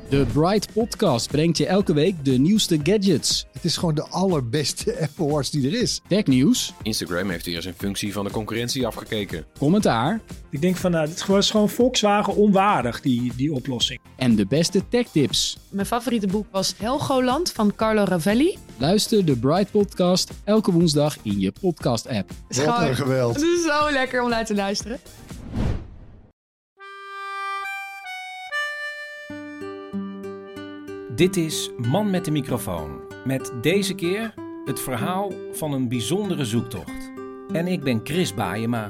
De Bright Podcast brengt je elke week de nieuwste gadgets. Het is gewoon de allerbeste Apple Watch die er is. Technieuws. Instagram heeft weer zijn functie van de concurrentie afgekeken. Commentaar. Ik denk van, dit is gewoon Volkswagen onwaardig, die oplossing. En de beste techtips. Mijn favoriete boek was Helgoland van Carlo Ravelli. Luister de Bright Podcast elke woensdag in je podcast-app. Wat een geweld. Het is zo lekker om naar te luisteren. Dit is Man met de microfoon. Met deze keer het verhaal van een bijzondere zoektocht. En ik ben Chris Baayema.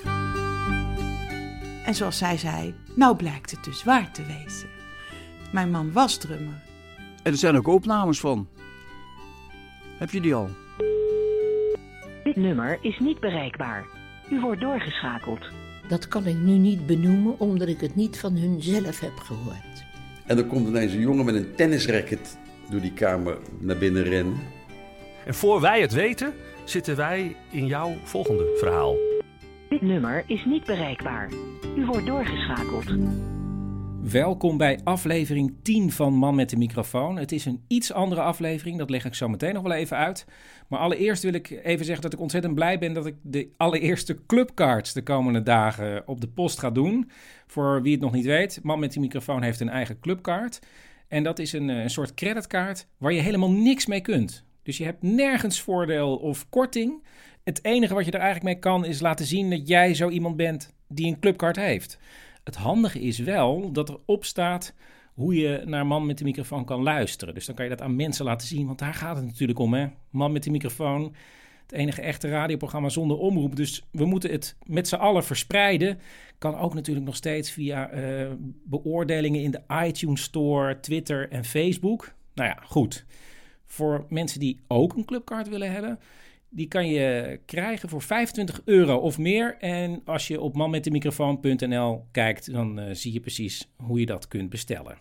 En zoals zij zei, nou blijkt het dus waar te wezen. Mijn man was drummer. En er zijn ook opnames van. Heb je die al? Dit nummer is niet bereikbaar. U wordt doorgeschakeld. Dat kan ik nu niet benoemen, omdat ik het niet van hun zelf heb gehoord. En dan komt ineens een jongen met een tennisracket door die kamer naar binnen rennen. En voor wij het weten, zitten wij in jouw volgende verhaal. Dit nummer is niet bereikbaar. U wordt doorgeschakeld. Welkom bij aflevering 10 van Man met de microfoon. Het is een iets andere aflevering, dat leg ik zo meteen nog wel even uit. Maar allereerst wil ik even zeggen dat ik ontzettend blij ben dat ik de allereerste clubcards de komende dagen op de post ga doen. Voor wie het nog niet weet, Man met de microfoon heeft een eigen clubcard. En dat is een soort creditcard waar je helemaal niks mee kunt. Dus je hebt nergens voordeel of korting. Het enige wat je er eigenlijk mee kan is laten zien dat jij zo iemand bent die een clubcard heeft. Het handige is wel dat erop staat hoe je naar Man met de microfoon kan luisteren. Dus dan kan je dat aan mensen laten zien, want daar gaat het natuurlijk om, hè? Man met de microfoon, het enige echte radioprogramma zonder omroep. Dus we moeten het met z'n allen verspreiden. Kan ook natuurlijk nog steeds via beoordelingen in de iTunes Store, Twitter en Facebook. Nou ja, goed. Voor mensen die ook een clubcard willen hebben, die kan je krijgen voor €25 of meer. En als je op manmetdemicrofoon.nl kijkt, dan zie je precies hoe je dat kunt bestellen.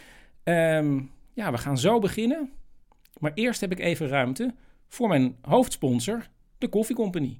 We gaan zo beginnen. Maar eerst heb ik even ruimte voor mijn hoofdsponsor, de Koffie Company.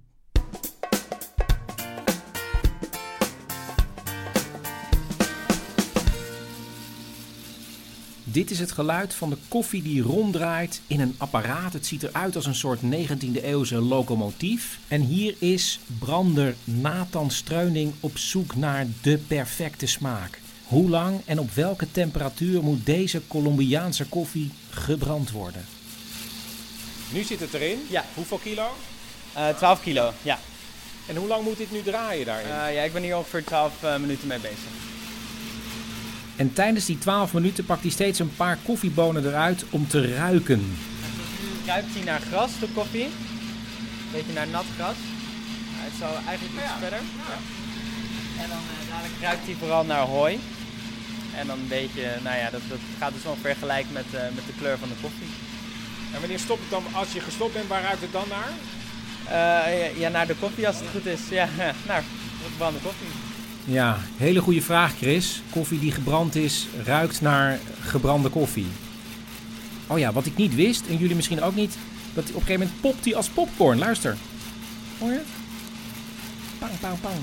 Dit is het geluid van de koffie die ronddraait in een apparaat. Het ziet eruit als een soort 19e eeuwse locomotief. En hier is brander Nathan Streuning op zoek naar de perfecte smaak. Hoe lang en op welke temperatuur moet deze Colombiaanse koffie gebrand worden? Nu zit het erin. Ja. Hoeveel kilo? 12 kilo, ja. En hoe lang moet dit nu draaien daarin? Ik ben hier ongeveer 12 minuten mee bezig. En tijdens die 12 minuten pakt hij steeds een paar koffiebonen eruit om te ruiken. Nu ruikt hij naar gras, de koffie. Een beetje naar nat gras. Het zal eigenlijk iets verder. Ja. En dan dadelijk ruikt hij vooral naar hooi. En dan een beetje, dat gaat dus ongeveer gelijk met de kleur van de koffie. En wanneer stopt het dan? Als je gestopt bent, waar ruikt het dan naar? Naar de koffie als het goed is. Ja, naar gebrande koffie. Ja, hele goede vraag, Chris. Koffie die gebrand is, ruikt naar gebrande koffie. Oh ja, wat ik niet wist, en jullie misschien ook niet, dat op een gegeven moment popt hij als popcorn. Luister. Hoor je het? Pang, pang, pang.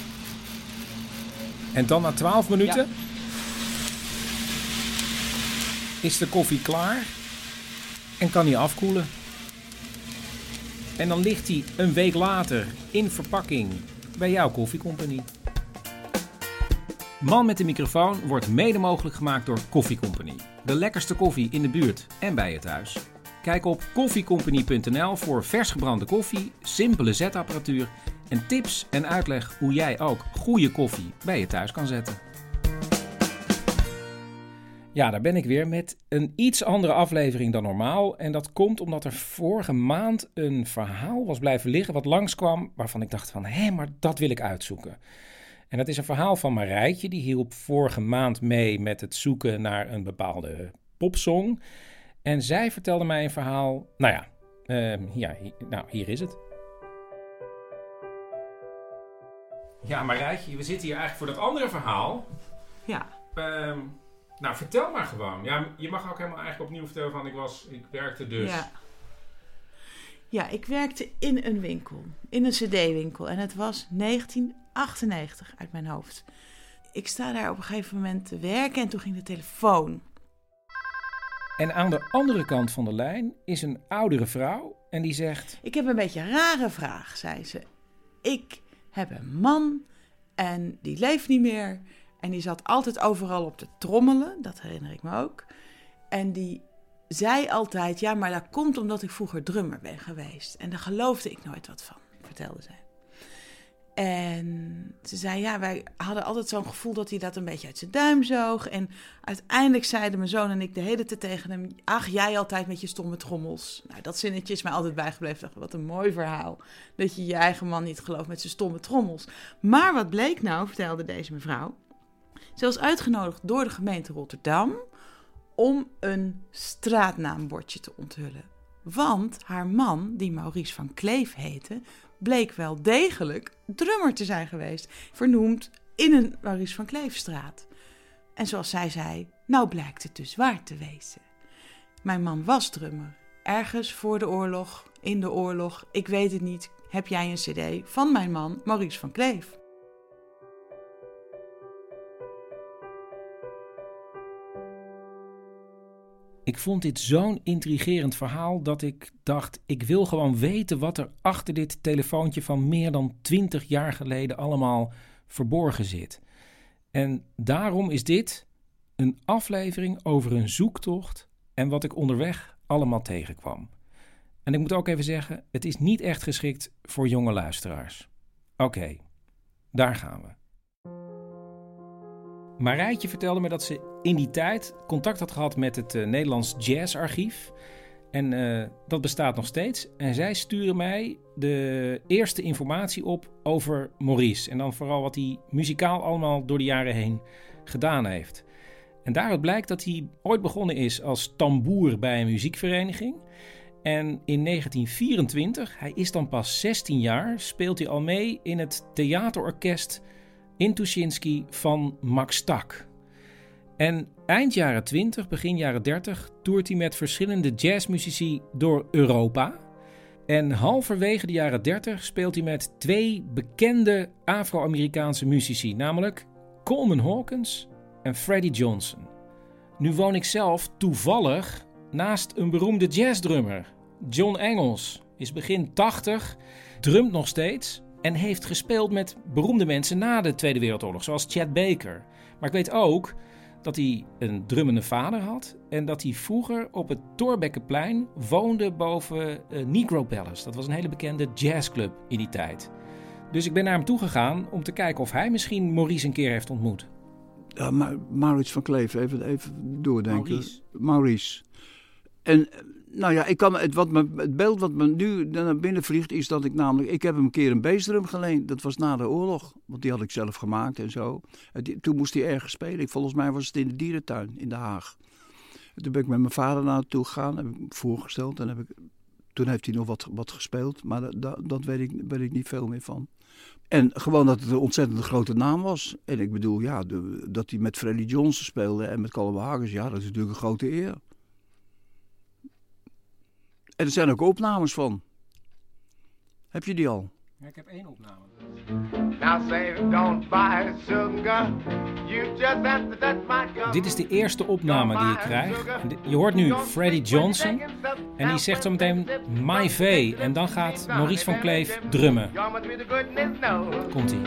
En dan na 12 minuten is de koffie klaar en kan hij afkoelen. En dan ligt hij een week later in verpakking bij jouw koffiecompagnie. Man met de microfoon wordt mede mogelijk gemaakt door Koffie Company. De lekkerste koffie in de buurt en bij je thuis. Kijk op koffiecompany.nl voor vers gebrande koffie, simpele zetapparatuur en tips en uitleg hoe jij ook goede koffie bij je thuis kan zetten. Ja, daar ben ik weer met een iets andere aflevering dan normaal. En dat komt omdat er vorige maand een verhaal was blijven liggen wat langskwam waarvan ik dacht van, maar dat wil ik uitzoeken. En dat is een verhaal van Marijtje, die hielp vorige maand mee met het zoeken naar een bepaalde popsong. En zij vertelde mij een verhaal, hier is het. Ja, Marijtje, we zitten hier eigenlijk voor dat andere verhaal. Ja. Vertel maar gewoon. Ja, je mag ook helemaal eigenlijk opnieuw vertellen van ik werkte dus. Ja, ik werkte in een winkel, in een cd-winkel. En het was 1998 uit mijn hoofd. Ik sta daar op een gegeven moment te werken en toen ging de telefoon. En aan de andere kant van de lijn is een oudere vrouw en die zegt... Ik heb een beetje een rare vraag, zei ze. Ik heb een man en die leeft niet meer. En die zat altijd overal op te trommelen, dat herinner ik me ook. En die zei altijd, ja, maar dat komt omdat ik vroeger drummer ben geweest. En daar geloofde ik nooit wat van, vertelde zij. En ze zei, ja, wij hadden altijd zo'n gevoel dat hij dat een beetje uit zijn duim zoog. En uiteindelijk zeiden mijn zoon en ik de hele tijd tegen hem... Ach, jij altijd met je stomme trommels. Nou, dat zinnetje is mij altijd bijgebleven. Dacht, wat een mooi verhaal. Dat je je eigen man niet gelooft met zijn stomme trommels. Maar wat bleek nou, vertelde deze mevrouw... Ze was uitgenodigd door de gemeente Rotterdam... om een straatnaambordje te onthullen. Want haar man, die Maurice van Kleef heette... bleek wel degelijk drummer te zijn geweest. Vernoemd in een Maurice van Kleefstraat. En zoals zij zei, nou blijkt het dus waar te wezen. Mijn man was drummer. Ergens voor de oorlog, in de oorlog, ik weet het niet. Heb jij een cd van mijn man Maurice van Kleef? Ik vond dit zo'n intrigerend verhaal dat ik dacht... ik wil gewoon weten wat er achter dit telefoontje van meer dan 20 jaar geleden allemaal verborgen zit. En daarom is dit een aflevering over een zoektocht en wat ik onderweg allemaal tegenkwam. En ik moet ook even zeggen, het is niet echt geschikt voor jonge luisteraars. Oké, daar gaan we. Marijtje vertelde me dat ze in die tijd contact had gehad met het Nederlands Jazzarchief. En dat bestaat nog steeds. En zij sturen mij de eerste informatie op over Maurice. En dan vooral wat hij muzikaal allemaal door de jaren heen gedaan heeft. En daaruit blijkt dat hij ooit begonnen is als tamboer bij een muziekvereniging. En in 1924, hij is dan pas 16 jaar, speelt hij al mee in het theaterorkest in Tuschinski van Max Tak. En eind jaren 20, begin jaren 30 toert hij met verschillende jazzmuzici door Europa. En halverwege de jaren 30 speelt hij met 2 bekende Afro-Amerikaanse muzici, namelijk Coleman Hawkins en Freddie Johnson. Nu woon ik zelf toevallig naast een beroemde jazzdrummer. John Engels is begin 80, drumt nog steeds en heeft gespeeld met beroemde mensen na de Tweede Wereldoorlog, zoals Chet Baker. Maar ik weet ook dat hij een drummende vader had en dat hij vroeger op het Thorbeckenplein woonde boven Negro Palace. Dat was een hele bekende jazzclub in die tijd. Dus ik ben naar hem toegegaan om te kijken of hij misschien Maurice een keer heeft ontmoet. Ja, Maurice van Kleef, even doordenken. Maurice. En nou ja, ik kan het beeld wat me nu naar binnen vliegt is dat ik heb hem een keer een bassdrum geleend. Dat was na de oorlog, want die had ik zelf gemaakt en zo. Toen moest hij ergens spelen. Volgens mij was het in de dierentuin in Den Haag. Toen ben ik met mijn vader naartoe gegaan, heb ik voorgesteld en toen heeft hij nog wat gespeeld, maar dat weet ik niet veel meer van. En gewoon dat het een ontzettend grote naam was. En ik bedoel, ja, dat hij met Freddie Johnson speelde en met Colin Hawkins, ja, dat is natuurlijk een grote eer. En er zijn ook opnames van. Heb je die al? Ja, ik heb 1 opname. Dit is de eerste opname die ik krijg. Je hoort nu Freddie Johnson. En die zegt zo meteen My Vee. En dan gaat Maurice van Kleef drummen. Komt-ie.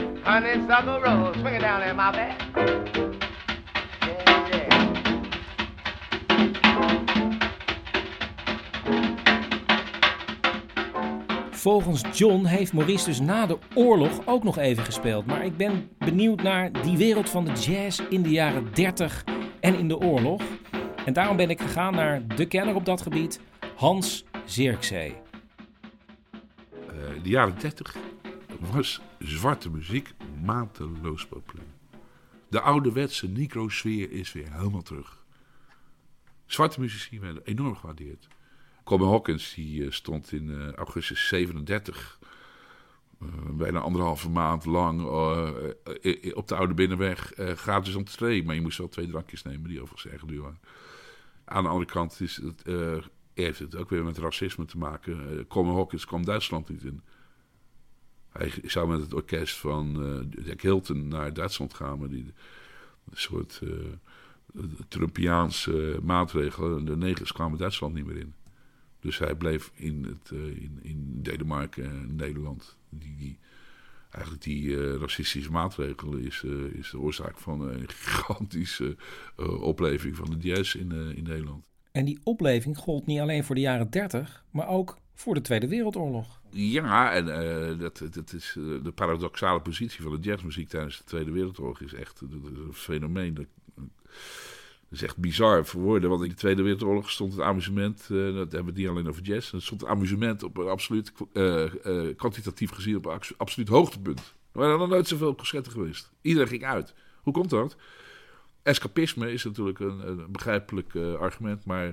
Volgens John heeft Maurice dus na de oorlog ook nog even gespeeld. Maar ik ben benieuwd naar die wereld van de jazz in de jaren 30 en in de oorlog. En daarom ben ik gegaan naar de kenner op dat gebied, Hans Zierkzee. De jaren 30 was zwarte muziek mateloos populair. De ouderwetse negro-sfeer is weer helemaal terug. Zwarte muzici werden enorm gewaardeerd. Coleman Hawkins die stond in augustus 37, bijna 1,5 maand lang op de Oude Binnenweg gratis entree. Maar je moest wel 2 drankjes nemen, die overigens erg duur waren. Aan de andere kant heeft het ook weer met racisme te maken. Coleman Hawkins kwam Duitsland niet in. Hij zou met het orkest van Jack Hilton naar Duitsland gaan, maar die een soort Trumpiaanse maatregelen. De negers kwamen Duitsland niet meer in. Dus hij bleef in Denemarken en Nederland. Die racistische maatregelen is de oorzaak van een gigantische opleving van de jazz in Nederland. En die opleving gold niet alleen voor de jaren 30, maar ook voor de Tweede Wereldoorlog. Ja, en dat is de paradoxale positie van de jazzmuziek tijdens de Tweede Wereldoorlog is echt een fenomeen. Dat is echt bizar voor woorden, want in de Tweede Wereldoorlog stond het amusement, dat hebben we het niet alleen over jazz, er stond het amusement op een absoluut, kwantitatief gezien op een absoluut hoogtepunt. Er waren nog nooit zoveel concerten geweest. Iedereen ging uit. Hoe komt dat? Escapisme is natuurlijk een begrijpelijk argument, maar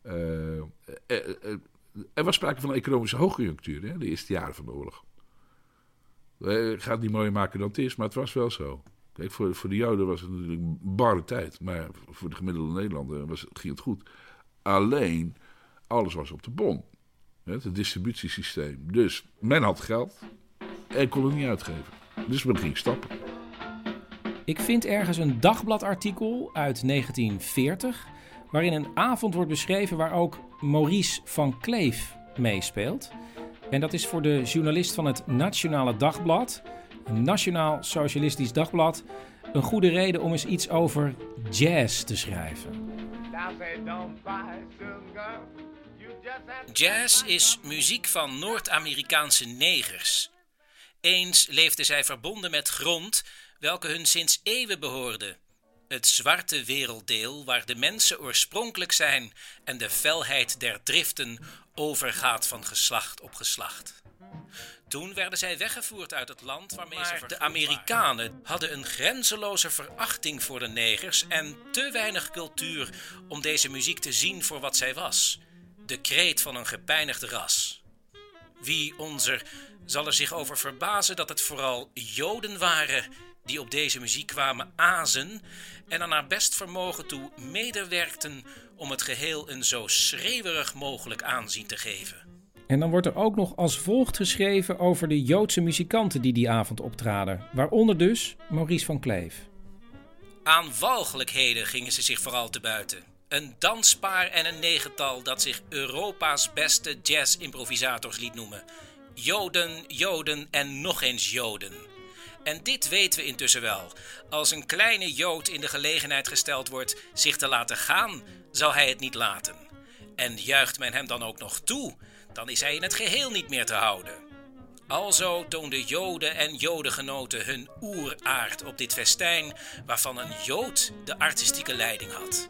er was sprake van een economische hoogconjunctuur, hè, de eerste jaren van de oorlog. Ik ga het niet mooier maken dan het is, maar het was wel zo. Kijk, voor de Joden was het natuurlijk een barre tijd, maar voor de gemiddelde Nederlander ging het goed. Alleen, alles was op de bon. Het distributiesysteem. Dus men had geld en kon het niet uitgeven. Dus men ging stappen. Ik vind ergens een dagbladartikel uit 1940... waarin een avond wordt beschreven waar ook Maurice van Kleef meespeelt. En dat is voor de journalist van het Nationale Dagblad, een nationaal socialistisch dagblad, een goede reden om eens iets over jazz te schrijven. Jazz is muziek van Noord-Amerikaanse negers. Eens leefden zij verbonden met grond, welke hun sinds eeuwen behoorde. Het zwarte werelddeel waar de mensen oorspronkelijk zijn en de felheid der driften overgaat van geslacht op geslacht. Toen werden zij weggevoerd uit het land waarmee ze de Amerikanen hadden een grenzeloze verachting voor de negers en te weinig cultuur om deze muziek te zien voor wat zij was. De kreet van een gepijnigd ras. Wie onzer zal er zich over verbazen dat het vooral Joden waren die op deze muziek kwamen azen en er naar best vermogen toe medewerkten om het geheel een zo schreeuwerig mogelijk aanzien te geven. En dan wordt er ook nog als volgt geschreven over de Joodse muzikanten die avond optraden, waaronder dus Maurice van Kleef. Aan walgelijkheden gingen ze zich vooral te buiten. Een danspaar en een negental dat zich Europa's beste jazz-improvisators liet noemen. Joden, Joden en nog eens Joden. En dit weten we intussen wel. Als een kleine Jood in de gelegenheid gesteld wordt zich te laten gaan, zal hij het niet laten. En juicht men hem dan ook nog toe, dan is hij in het geheel niet meer te houden. Alzo toonden Joden en Jodengenoten hun oeraard op dit festijn, waarvan een Jood de artistieke leiding had.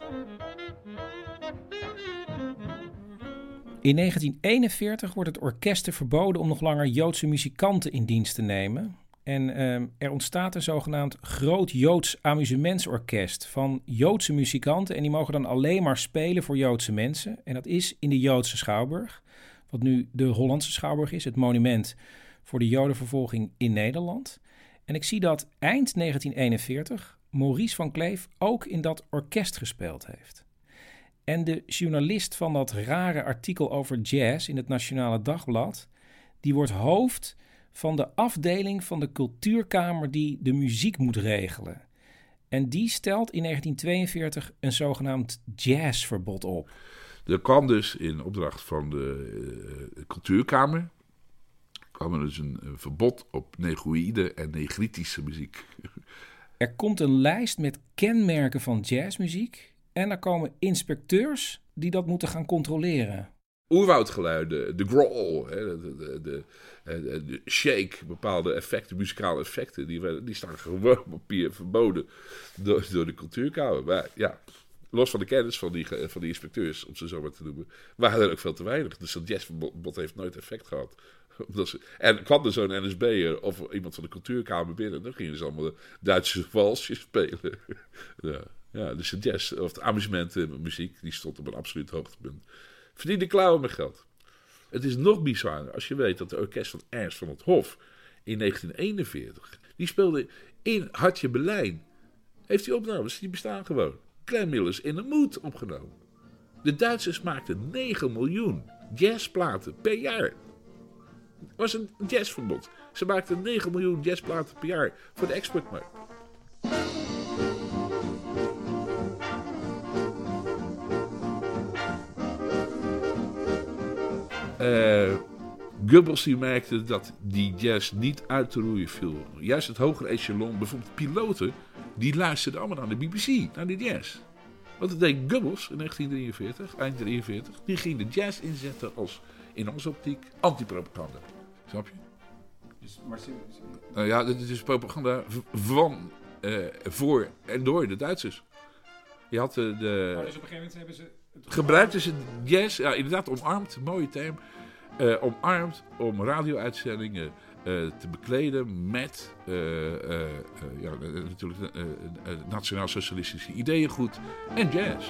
In 1941 wordt het orkesten verboden om nog langer Joodse muzikanten in dienst te nemen. En er ontstaat een zogenaamd Groot Joods Amusementsorkest van Joodse muzikanten. En die mogen dan alleen maar spelen voor Joodse mensen. En dat is in de Joodse Schouwburg, wat nu de Hollandse Schouwburg is, het monument voor de Jodenvervolging in Nederland. En ik zie dat eind 1941 Maurice van Kleef ook in dat orkest gespeeld heeft. En de journalist van dat rare artikel over jazz in het Nationale Dagblad, die wordt hoofd van de afdeling van de cultuurkamer die de muziek moet regelen. En die stelt in 1942 een zogenaamd jazzverbod op. Er kwam dus in opdracht van de cultuurkamer kwam er dus een verbod op negroïde en negritische muziek. Er komt een lijst met kenmerken van jazzmuziek en er komen inspecteurs die dat moeten gaan controleren. Oerwoudgeluiden, de growl, de shake, bepaalde effecten, muzikale effecten, die staan gewoon op papier verboden door de cultuurkamer. Maar ja, los van de kennis van die inspecteurs, om ze zo maar te noemen, waren er ook veel te weinig. Dus dat jazzverbod heeft nooit effect gehad. En kwam er zo'n NSB'er of iemand van de cultuurkamer binnen, dan gingen ze allemaal Duitse walsjes spelen. Ja, dus de jazz, of de amusementenmuziek, die stond op een absoluut hoogtepunt. Verdiende klauwen met geld. Het is nog bizarder als je weet dat de orkest van Ernst van het Hof in 1941, die speelde in Hartje Berlijn. Heeft hij opnames, die bestaan gewoon. Clem Millers in de Mood opgenomen. De Duitsers maakten 9 miljoen jazzplaten per jaar. Het was een jazzverbod. Ze maakten 9 miljoen jazzplaten per jaar voor de exportmarkt. Goebbels die merkte dat die jazz niet uit te roeien viel. Juist het hogere echelon, bijvoorbeeld piloten, die luisterden allemaal naar de BBC, naar de jazz. Wat dat deed Goebbels in 1943, eind 43, die ging de jazz inzetten als, in onze optiek, antipropaganda. Snap je? Dus, maar nou ja, dit is propaganda van, voor en door de Duitsers. Je had dus op een gegeven moment hebben ze... gebruikten ze jazz, ja inderdaad omarmd, mooie term, omarmd om radio-uitzendingen te bekleden met natuurlijk nationaal-socialistische ideeëngoed en jazz.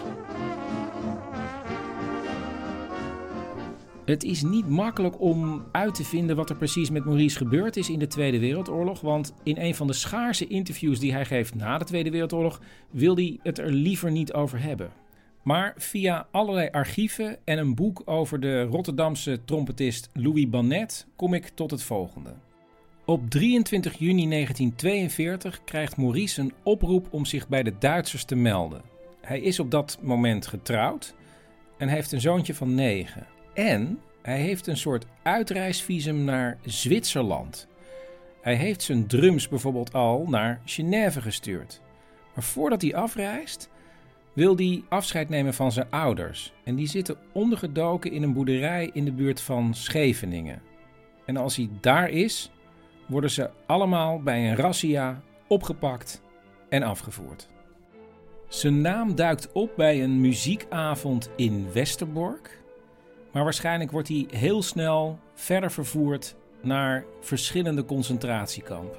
Het is niet makkelijk om uit te vinden wat er precies met Maurice gebeurd is in de Tweede Wereldoorlog. Want in een van de schaarse interviews die hij geeft na de Tweede Wereldoorlog wil hij het er liever niet over hebben. Maar via allerlei archieven en een boek over de Rotterdamse trompetist Louis Bannet kom ik tot het volgende. Op 23 juni 1942 krijgt Maurice een oproep om zich bij de Duitsers te melden. Hij is op dat moment getrouwd en heeft een zoontje van 9. En hij heeft een soort uitreisvisum naar Zwitserland. Hij heeft zijn drums bijvoorbeeld al naar Genève gestuurd. Maar voordat hij afreist, wil hij afscheid nemen van zijn ouders. En die zitten ondergedoken in een boerderij in de buurt van Scheveningen. En als hij daar is, worden ze allemaal bij een razzia opgepakt en afgevoerd. Zijn naam duikt op bij een muziekavond in Westerbork. Maar waarschijnlijk wordt hij heel snel verder vervoerd naar verschillende concentratiekampen.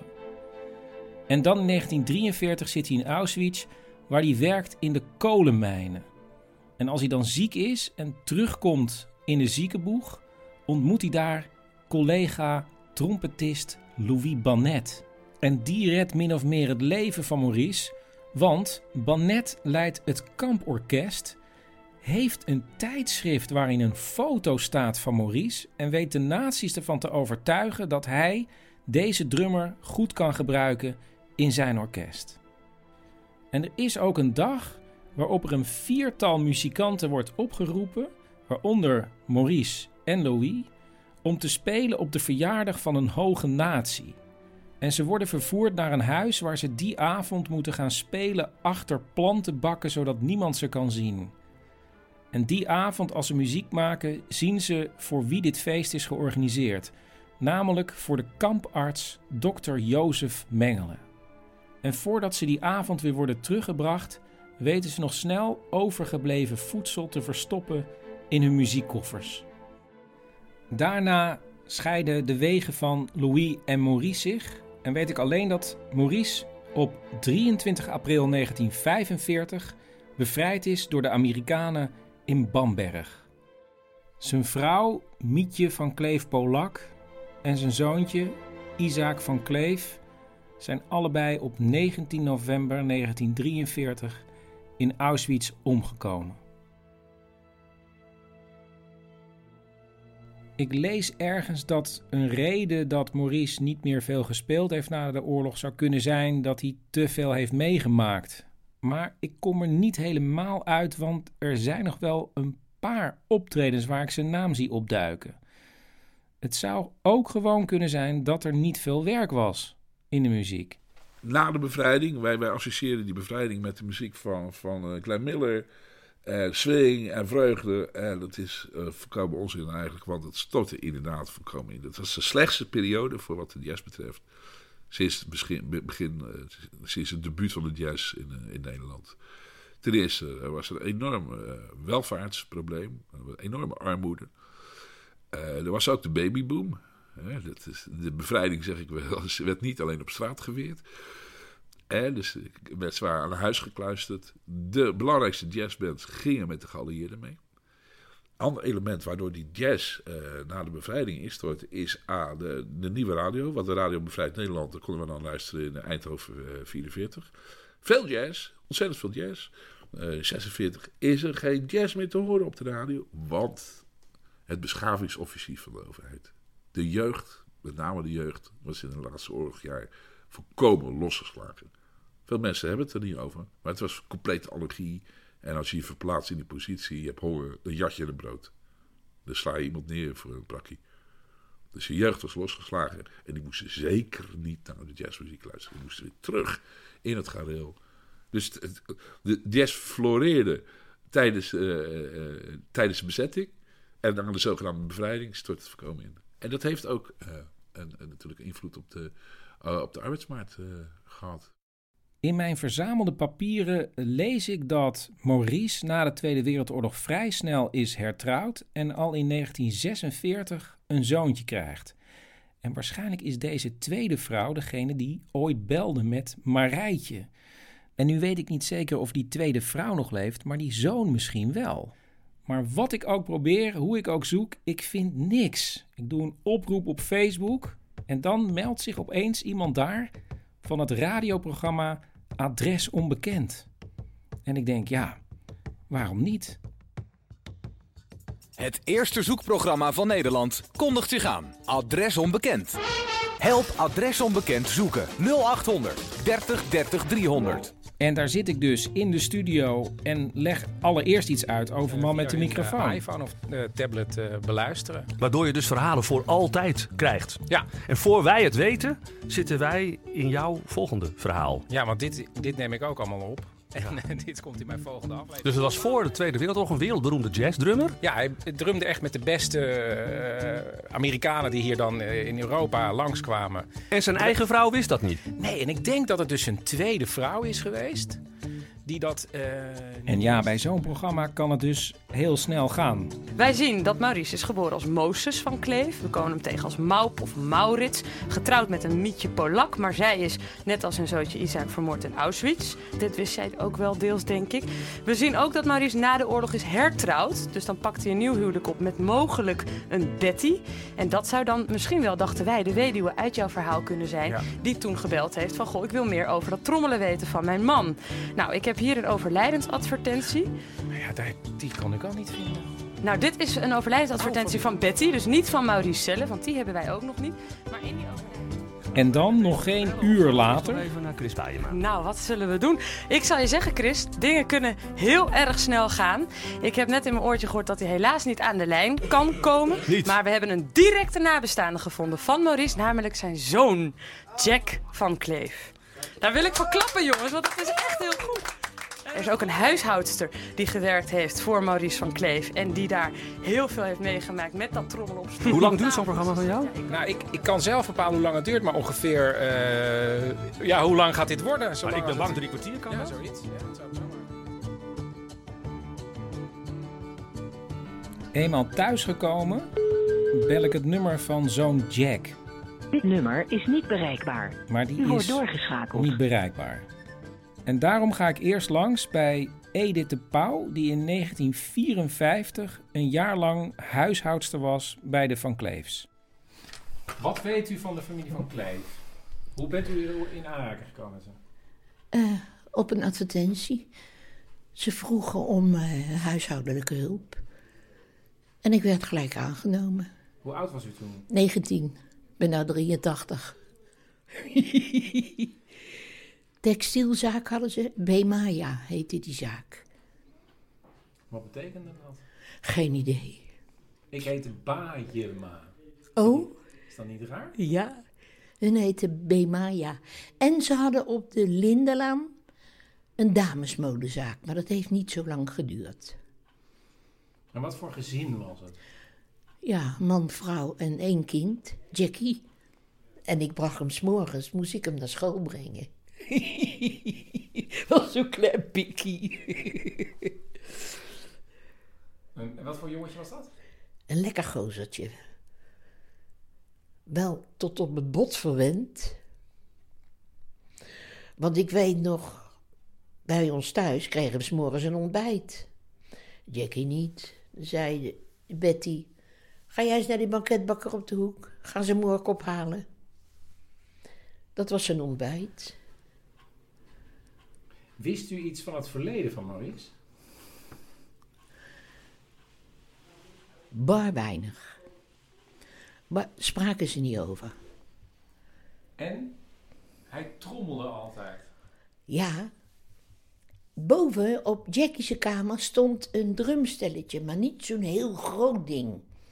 En dan in 1943 zit hij in Auschwitz, waar hij werkt in de kolenmijnen. En als hij dan ziek is en terugkomt in de ziekenboeg, ontmoet hij daar collega trompetist Louis Bannet. En die redt min of meer het leven van Maurice, want Bannet leidt het kamporkest, heeft een tijdschrift waarin een foto staat van Maurice en weet de nazi's ervan te overtuigen dat hij deze drummer goed kan gebruiken in zijn orkest. En er is ook een dag waarop er een 4-tal muzikanten wordt opgeroepen, waaronder Maurice en Louis, om te spelen op de verjaardag van een hoge natie. En ze worden vervoerd naar een huis waar ze die avond moeten gaan spelen achter plantenbakken, zodat niemand ze kan zien. En die avond, als ze muziek maken, zien ze voor wie dit feest is georganiseerd. Namelijk voor de kamparts Dr. Jozef Mengele. En voordat ze die avond weer worden teruggebracht, weten ze nog snel overgebleven voedsel te verstoppen in hun muziekkoffers. Daarna scheiden de wegen van Louis en Maurice zich. En weet ik alleen dat Maurice op 23 april 1945 bevrijd is door de Amerikanen in Bamberg. Zijn vrouw Mietje van Kleef-Polak en zijn zoontje Isaac van Kleef zijn allebei op 19 november 1943 in Auschwitz omgekomen. Ik lees ergens dat een reden dat Maurice niet meer veel gespeeld heeft na de oorlog zou kunnen zijn dat hij te veel heeft meegemaakt. Maar ik kom er niet helemaal uit, want er zijn nog wel een paar optredens waar ik zijn naam zie opduiken. Het zou ook gewoon kunnen zijn dat er niet veel werk was in de muziek. Na de bevrijding, wij associëren die bevrijding met de muziek van Glenn Miller, swing en vreugde. En dat is volkomen onzin eigenlijk, want het stortte inderdaad volkomen in. Dat was de slechtste periode voor wat de jazz betreft. Sinds het debuut van de jazz in Nederland. Ten eerste was er een enorm welvaartsprobleem, een enorme armoede. Er was ook de babyboom. De bevrijding, zeg ik wel, werd niet alleen op straat geweerd. Dus werd zwaar aan huis gekluisterd. De belangrijkste jazzbands gingen met de geallieerden mee. Ander element waardoor die jazz na de bevrijding instortte is de nieuwe radio. Want de radio Bevrijd Nederland, daar konden we dan luisteren in Eindhoven 44. Veel jazz, ontzettend veel jazz. 46 is er geen jazz meer te horen op de radio. Want het beschavingsoffensief van de overheid. De jeugd, met name de jeugd, was in de laatste oorlogjaar volkomen losgeslagen. Veel mensen hebben het er niet over, maar het was complete allergie. En als je je verplaatst in die positie, je hebt honger, dan jat je het brood. Dan sla je iemand neer voor een prakkie. Dus je jeugd was losgeslagen. En die moesten zeker niet naar de jazzmuziek luisteren. Die moesten weer terug in het gareel. Dus de jazz floreerde tijdens de bezetting. En na de zogenaamde bevrijding stort het voorkomen in. En dat heeft ook natuurlijk invloed op de arbeidsmarkt gehad. In mijn verzamelde papieren lees ik dat Maurice na de Tweede Wereldoorlog vrij snel is hertrouwd en al in 1946 een zoontje krijgt. En waarschijnlijk is deze tweede vrouw degene die ooit belde met Marijtje. En nu weet ik niet zeker of die tweede vrouw nog leeft, maar die zoon misschien wel. Maar wat ik ook probeer, hoe ik ook zoek, ik vind niks. Ik doe een oproep op Facebook en dan meldt zich opeens iemand daar van het radioprogramma Adres Onbekend. En ik denk, ja, waarom niet? Het eerste zoekprogramma van Nederland kondigt zich aan. Adres Onbekend. Help Adres Onbekend zoeken. 0800 30 30 300. En daar zit ik dus in de studio en leg allereerst iets uit over Man met de microfoon. iPhone of tablet beluisteren. Waardoor je dus verhalen voor altijd krijgt. Ja. En voor wij het weten, zitten wij in jouw volgende verhaal. Ja, want dit neem ik ook allemaal op. En dit komt in mijn volgende aflevering. Dus het was voor de Tweede Wereldoorlog een wereldberoemde jazzdrummer? Ja, hij drumde echt met de beste Amerikanen die hier dan in Europa langskwamen. En zijn eigen vrouw wist dat niet? Nee, en ik denk dat het dus een tweede vrouw is geweest die dat... En ja, bij zo'n programma kan het dus heel snel gaan. Wij zien dat Maurice is geboren als Moses van Kleef. We komen hem tegen als Maup of Maurits. Getrouwd met een Mietje Polak. Maar zij is, net als hun zootje Isaac, vermoord in Auschwitz. Dit wist zij ook wel deels, denk ik. We zien ook dat Maurice na de oorlog is hertrouwd. Dus dan pakt hij een nieuw huwelijk op met mogelijk een Betty. En dat zou dan misschien wel, dachten wij, de weduwe uit jouw verhaal kunnen zijn. Ja. Die toen gebeld heeft van, goh, ik wil meer over dat trommelen weten van mijn man. Nou, ik heb hier een overlijdensadvertentie. Ja, die kon ik al niet vinden. Nou, dit is een overlijdensadvertentie van Betty. Dus niet van Maurice zelf, want die hebben wij ook nog niet. Maar in die En dan nog geen uur later... Even naar Chris Baaijema. Nou, wat zullen we doen? Ik zal je zeggen, Chris, dingen kunnen heel erg snel gaan. Ik heb net in mijn oortje gehoord dat hij helaas niet aan de lijn kan komen. Niet. Maar we hebben een directe nabestaande gevonden van Maurice, namelijk zijn zoon, Jack van Kleef. Daar wil ik voor klappen, jongens, want het is echt heel goed. Er is ook een huishoudster die gewerkt heeft voor Maurice van Kleef. En die daar heel veel heeft meegemaakt met dat trommelen op stoel. Hoe lang duurt zo'n programma van jou? Nou, ik kan zelf bepalen hoe lang het duurt, maar ongeveer... hoe lang gaat dit worden? Maar ik ben bang 3 kwartier kan. Ja, zoiets. Ja, dat zou zomaar. Eenmaal thuisgekomen bel ik het nummer van zoon Jack. Dit nummer is niet bereikbaar. Maar die U wordt is doorgeschakeld. niet bereikbaar. En daarom ga ik eerst langs bij Edith de Pauw, die in 1954 een jaar lang huishoudster was bij de Van Kleefs. Wat weet u van de familie van Kleef? Hoe bent u in aanraking gekomen? Op een advertentie. Ze vroegen om huishoudelijke hulp. En ik werd gelijk aangenomen. Hoe oud was u toen? 19. Ik ben nou 83. Textielzaak hadden ze. Bemaya heette die zaak. Wat betekende dat? Geen idee. Ik heette Baaijema. Oh? Is dat niet raar? Ja. Hun heette Bemaya. En ze hadden op de Lindenlaan een damesmodezaak. Maar dat heeft niet zo lang geduurd. En wat voor gezin was het? Ja, man, vrouw en 1 kind. Jackie. En ik bracht hem 's morgens, moest ik hem naar school brengen. Was zo'n klein pikkie. En wat voor jongetje was dat? Een lekker gozertje. Wel tot op het bot verwend. Want ik weet nog, bij ons thuis kregen we 's morgens een ontbijt. Jackie niet. Zei Betty, ga jij eens naar die banketbakker op de hoek. Gaan ze morgen ophalen. Dat was zijn ontbijt. Wist u iets van het verleden van Maurice? Bar weinig. Maar spraken ze niet over. En? Hij trommelde altijd. Ja. Boven op Jackie's kamer stond een drumstelletje, maar niet zo'n heel groot ding.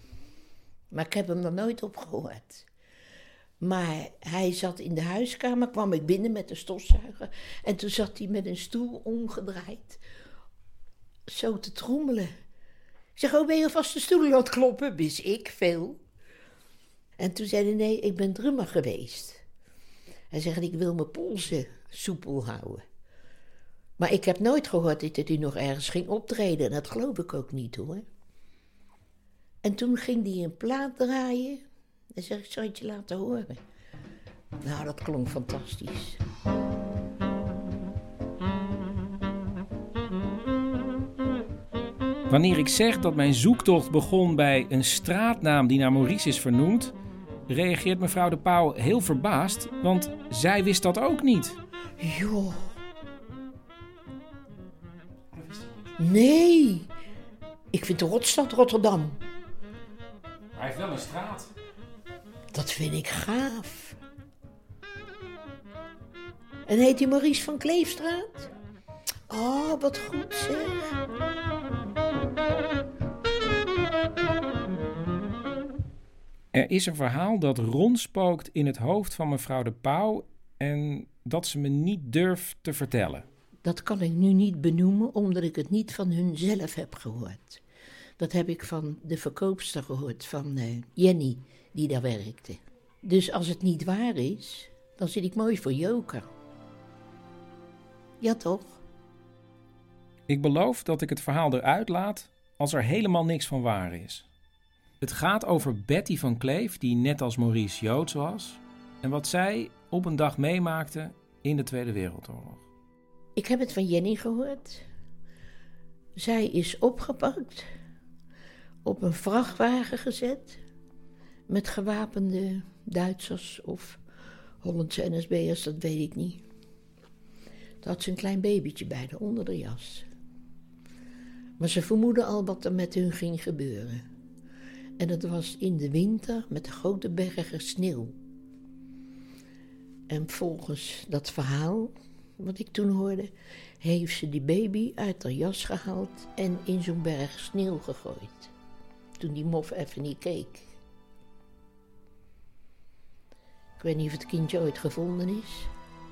Maar ik heb hem er nooit op gehoord. Maar hij zat in de huiskamer, kwam ik binnen met de stofzuiger. En toen zat hij met een stoel omgedraaid. Zo te trommelen. Ik zeg, ben je vast de stoel aan het kloppen? Wist ik veel. En toen zei hij, nee, ik ben drummer geweest. Hij zegt, ik wil mijn polsen soepel houden. Maar ik heb nooit gehoord dat hij nog ergens ging optreden. En dat geloof ik ook niet, hoor. En toen ging hij een plaat draaien. En zeg ik, zal je het je laten horen? Nou, dat klonk fantastisch. Wanneer ik zeg dat mijn zoektocht begon bij een straatnaam die naar Maurice is vernoemd, reageert mevrouw De Pauw heel verbaasd, want zij wist dat ook niet. Joh. Nee. Ik vind de rotstad Rotterdam. Hij heeft wel een straat. Dat vind ik gaaf. En heet die Maurice van Kleefstraat? Oh, wat goed zeg. Er is een verhaal dat rondspookt in het hoofd van mevrouw De Pauw en dat ze me niet durft te vertellen. Dat kan ik nu niet benoemen, omdat ik het niet van hun zelf heb gehoord. Dat heb ik van de verkoopster gehoord, van Jenny, die daar werkte. Dus als het niet waar is, dan zit ik mooi voor joker. Ja, toch? Ik beloof dat ik het verhaal eruit laat als er helemaal niks van waar is. Het gaat over Betty van Kleef, die net als Maurice Joods was, en wat zij op een dag meemaakte in de Tweede Wereldoorlog. Ik heb het van Jenny gehoord. Zij is opgepakt, op een vrachtwagen gezet, met gewapende Duitsers of Hollandse NSB'ers, dat weet ik niet. Toen had ze een klein babytje bij haar onder de jas. Maar ze vermoedden al wat er met hun ging gebeuren. En dat was in de winter met grote bergen sneeuw. En volgens dat verhaal, wat ik toen hoorde, heeft ze die baby uit haar jas gehaald en in zo'n berg sneeuw gegooid. Toen die mof even niet keek. Ik weet niet of het kindje ooit gevonden is.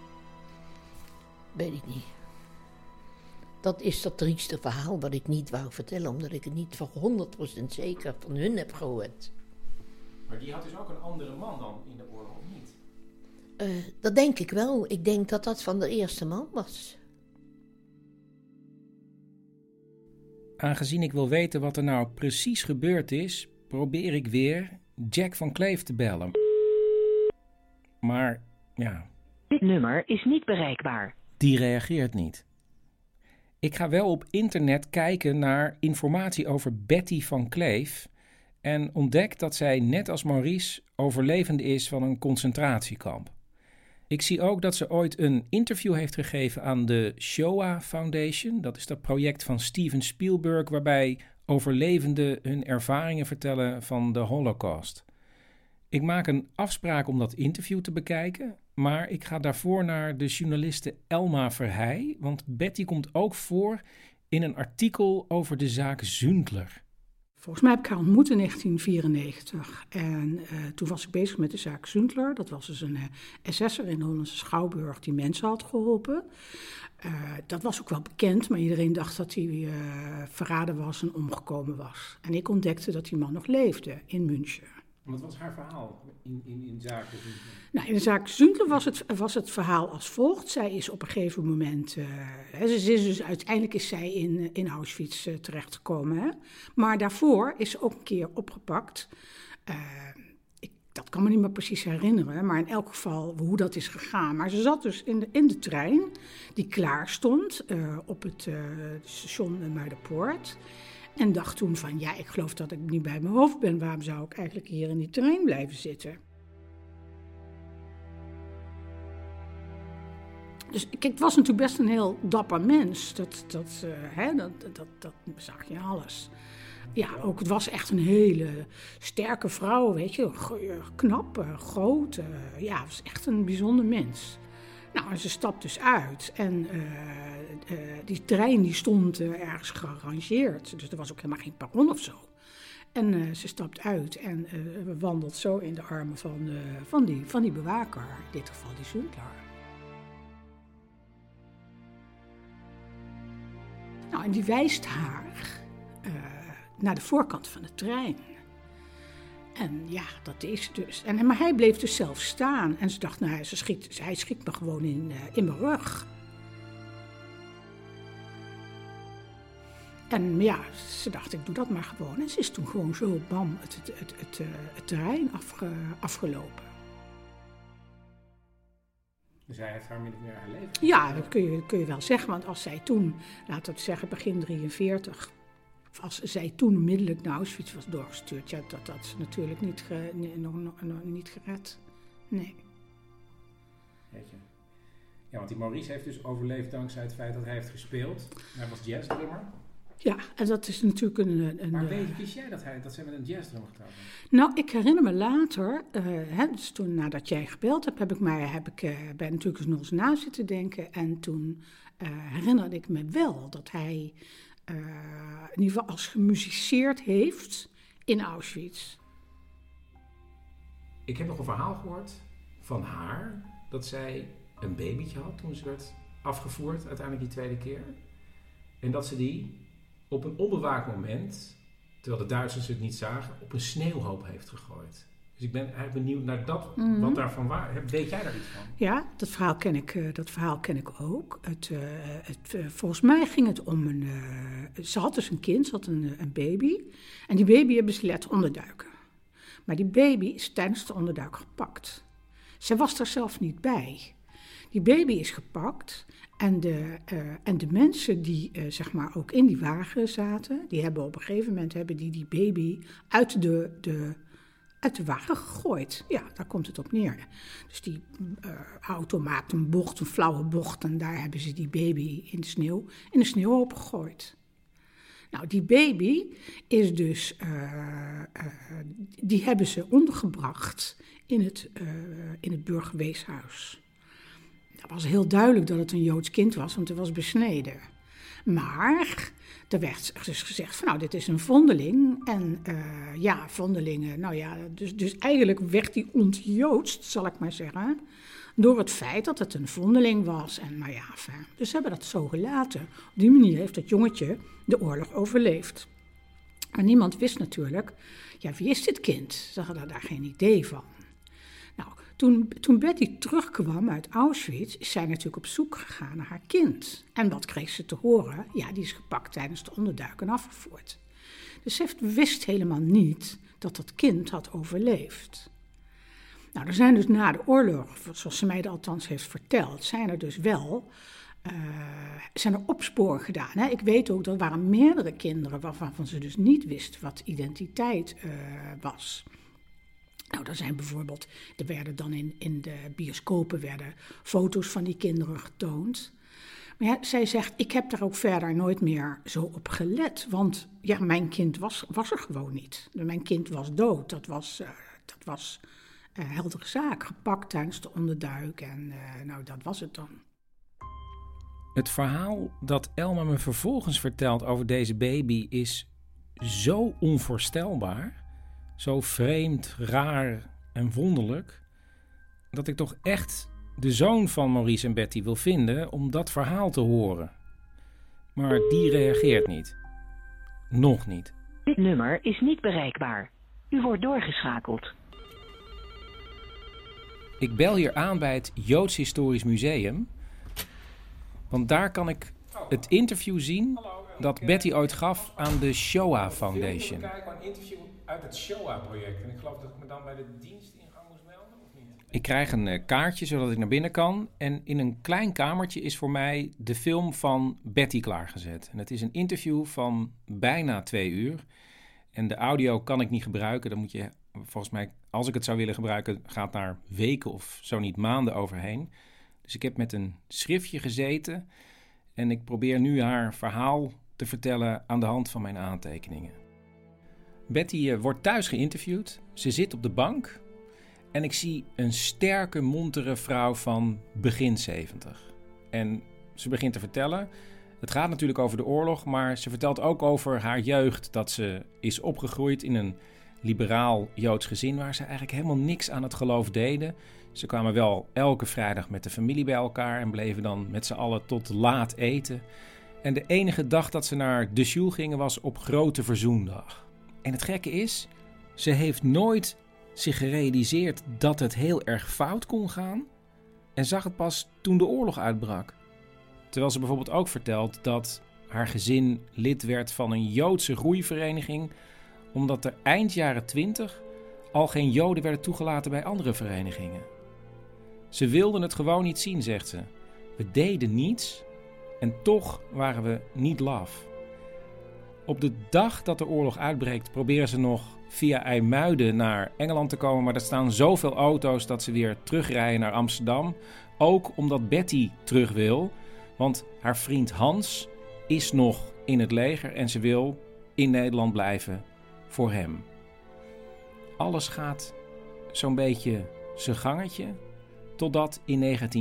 Weet ik niet. Dat is dat trieste verhaal wat ik niet wou vertellen, omdat ik het niet voor 100% zeker van hun heb gehoord. Maar die had dus ook een andere man dan in de oorlog, of niet? Dat denk ik wel. Ik denk dat dat van de eerste man was. Aangezien ik wil weten wat er nou precies gebeurd is, probeer ik weer Jack van Kleef te bellen. Maar, ja... Dit nummer is niet bereikbaar. Die reageert niet. Ik ga wel op internet kijken naar informatie over Betty van Kleef en ontdek dat zij net als Maurice overlevende is van een concentratiekamp. Ik zie ook dat ze ooit een interview heeft gegeven aan de Shoah Foundation. Dat is dat project van Steven Spielberg waarbij overlevenden hun ervaringen vertellen van de Holocaust. Ik maak een afspraak om dat interview te bekijken, maar ik ga daarvoor naar de journaliste Elma Verheij, want Betty komt ook voor in een artikel over de zaak Zundler. Volgens mij heb ik haar ontmoet in 1994 en toen was ik bezig met de zaak Zundler. Dat was dus een SS'er in de Hollandse Schouwburg die mensen had geholpen. Dat was ook wel bekend, maar iedereen dacht dat hij verraden was en omgekomen was. En ik ontdekte dat die man nog leefde in München. Wat was haar verhaal in zaken Zundler? Nou, in de zaak Zundler was het verhaal als volgt. Zij is op een gegeven moment... uiteindelijk is zij in Auschwitz terechtgekomen. Hè? Maar daarvoor is ze ook een keer opgepakt. Dat kan me niet meer precies herinneren. Maar in elk geval hoe dat is gegaan. Maar ze zat dus in de trein die klaar stond op het station Muiderpoort. En dacht toen van, ja, ik geloof dat ik niet bij mijn hoofd ben. Waarom zou ik eigenlijk hier in die trein blijven zitten? Dus het was natuurlijk best een heel dapper mens. Dat zag je alles. Ja, ook het was echt een hele sterke vrouw, weet je. Knap, groot. Ja, het was echt een bijzonder mens. Nou, en ze stapt dus uit en die trein die stond ergens gerangeerd. Dus er was ook helemaal geen perron of zo. En ze stapt uit en wandelt zo in de armen van die bewaker, in dit geval die Zündler. Nou, en die wijst haar naar de voorkant van de trein. En ja, dat deed ze dus. Maar hij bleef dus zelf staan. En ze dacht, nou, hij schiet me gewoon in mijn rug. En ja, ze dacht, ik doe dat maar gewoon. En ze is toen gewoon zo, bam, het terrein afgelopen. Dus hij heeft haar min of meer haar leven? Ja, dat kun je wel zeggen. Want als zij toen, laten we zeggen begin 43... Of als zij toen onmiddellijk naar Auschwitz was doorgestuurd, ja, dat had ze natuurlijk niet gered. Nee. Weet je. Ja, want die Maurice heeft dus overleefd dankzij het feit dat hij heeft gespeeld. Hij was jazzdrummer. Ja, en dat is natuurlijk een maar wist jij dat zij met een jazzdrummer getrouwd was? Nou, ik herinner me later, dus toen nadat jij gebeld hebt, ben natuurlijk nog eens na zitten denken. En toen herinnerde ik me wel dat hij in ieder geval als gemusiceerd heeft in Auschwitz. Ik heb nog een verhaal gehoord van haar, dat zij een babytje had toen ze werd afgevoerd, uiteindelijk die tweede keer. En dat ze die op een onbewaakt moment, terwijl de Duitsers het niet zagen, op een sneeuwhoop heeft gegooid. Dus ik ben eigenlijk benieuwd naar dat, wat daarvan waar. Weet jij daar iets van? Ja, dat verhaal ken ik ook. Volgens mij ging het om ze had dus een kind, ze had een baby. En die baby hebben ze laten onderduiken. Maar die baby is tijdens de onderduik gepakt. Zij was er zelf niet bij. Die baby is gepakt en de mensen die zeg maar ook in die wagen zaten, die hebben op een gegeven moment die baby uit de wagen gegooid. Ja, daar komt het op neer. Dus die auto maakt een flauwe bocht en daar hebben ze die baby in de sneeuwhoop gegooid. Nou, die baby is dus, die hebben ze ondergebracht in het burgerweeshuis. Het was heel duidelijk dat het een Joods kind was, want het was besneden. Maar er werd dus gezegd van, nou, dit is een vondeling. En vondelingen, nou ja, dus eigenlijk werd die ontjoodst, zal ik maar zeggen, door het feit dat het een vondeling was. En nou ja, dus ze hebben dat zo gelaten. Op die manier heeft dat jongetje de oorlog overleefd. Maar niemand wist natuurlijk, ja, wie is dit kind? Ze hadden daar geen idee van. Nou, toen Betty terugkwam uit Auschwitz, is zij natuurlijk op zoek gegaan naar haar kind. En wat kreeg ze te horen? Ja, die is gepakt tijdens de onderduik en afgevoerd. Dus ze wist helemaal niet dat dat kind had overleefd. Nou, er zijn dus na de oorlog, zoals ze mij althans heeft verteld, zijn er dus wel opsporen gedaan. Hè? Ik weet ook, dat waren meerdere kinderen waarvan ze dus niet wist wat identiteit was. Nou, er zijn bijvoorbeeld, er werden dan in de bioscopen foto's van die kinderen getoond. Maar ja, zij zegt, ik heb daar ook verder nooit meer zo op gelet. Want ja, mijn kind was er gewoon niet. Mijn kind was dood. Dat was heldere zaak. Gepakt tijdens de onderduik en nou, dat was het dan. Het verhaal dat Elma me vervolgens vertelt over deze baby is zo onvoorstelbaar. Zo vreemd, raar en wonderlijk, dat ik toch echt de zoon van Maurice en Betty wil vinden om dat verhaal te horen. Maar die reageert niet. Nog niet. Dit nummer is niet bereikbaar. U wordt doorgeschakeld. Ik bel hier aan bij het Joods Historisch Museum, want daar kan ik het interview zien dat Betty ooit gaf aan de Shoah Foundation. Uit het Shoah-project. En ik geloof dat ik me dan bij de dienstingang moest melden, of niet? Ik krijg een kaartje zodat ik naar binnen kan. En in een klein kamertje is voor mij de film van Betty klaargezet. En het is een interview van bijna 2 uur. En de audio kan ik niet gebruiken. Dan moet je, volgens mij, als ik het zou willen gebruiken, gaat daar weken of zo niet maanden overheen. Dus ik heb met een schriftje gezeten. En ik probeer nu haar verhaal te vertellen aan de hand van mijn aantekeningen. Betty wordt thuis geïnterviewd. Ze zit op de bank. En ik zie een sterke, montere vrouw van begin 70. En ze begint te vertellen. Het gaat natuurlijk over de oorlog, maar ze vertelt ook over haar jeugd. Dat ze is opgegroeid in een liberaal Joods gezin waar ze eigenlijk helemaal niks aan het geloof deden. Ze kwamen wel elke vrijdag met de familie bij elkaar en bleven dan met z'n allen tot laat eten. En de enige dag dat ze naar de shul gingen was op Grote Verzoendag. En het gekke is, ze heeft nooit zich gerealiseerd dat het heel erg fout kon gaan en zag het pas toen de oorlog uitbrak. Terwijl ze bijvoorbeeld ook vertelt dat haar gezin lid werd van een Joodse groeivereniging, omdat er eind jaren 20 al geen Joden werden toegelaten bij andere verenigingen. Ze wilden het gewoon niet zien, zegt ze. We deden niets en toch waren we niet laf. Op de dag dat de oorlog uitbreekt proberen ze nog via IJmuiden naar Engeland te komen, maar er staan zoveel auto's dat ze weer terugrijden naar Amsterdam. Ook omdat Betty terug wil, want haar vriend Hans is nog in het leger en ze wil in Nederland blijven voor hem. Alles gaat zo'n beetje zijn gangetje, totdat in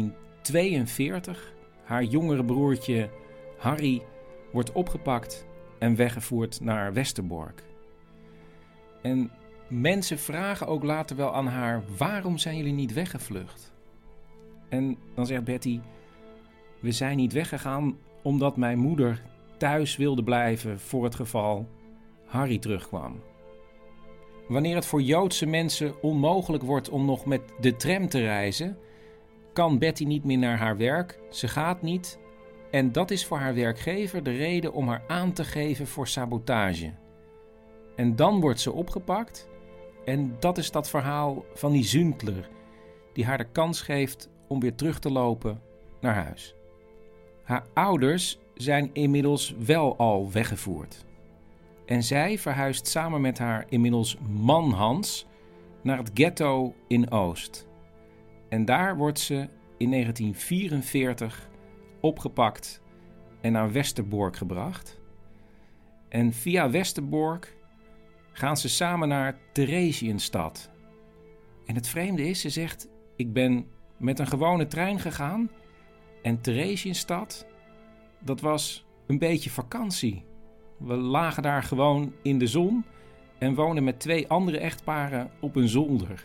1942 haar jongere broertje Harry wordt opgepakt en weggevoerd naar Westerbork. En mensen vragen ook later wel aan haar, waarom zijn jullie niet weggevlucht? En dan zegt Betty, we zijn niet weggegaan omdat mijn moeder thuis wilde blijven voor het geval Harry terugkwam. Wanneer het voor Joodse mensen onmogelijk wordt om nog met de tram te reizen, kan Betty niet meer naar haar werk, ze gaat niet en dat is voor haar werkgever de reden om haar aan te geven voor sabotage. En dan wordt ze opgepakt en dat is dat verhaal van die Zündler die haar de kans geeft om weer terug te lopen naar huis. Haar ouders zijn inmiddels wel al weggevoerd. En zij verhuist samen met haar inmiddels man Hans naar het ghetto in Oost. En daar wordt ze in 1944 opgepakt en naar Westerbork gebracht. En via Westerbork gaan ze samen naar Theresienstadt. En het vreemde is, ze zegt, ik ben met een gewone trein gegaan en Theresienstadt, dat was een beetje vakantie. We lagen daar gewoon in de zon en woonden met 2 andere echtparen op een zolder.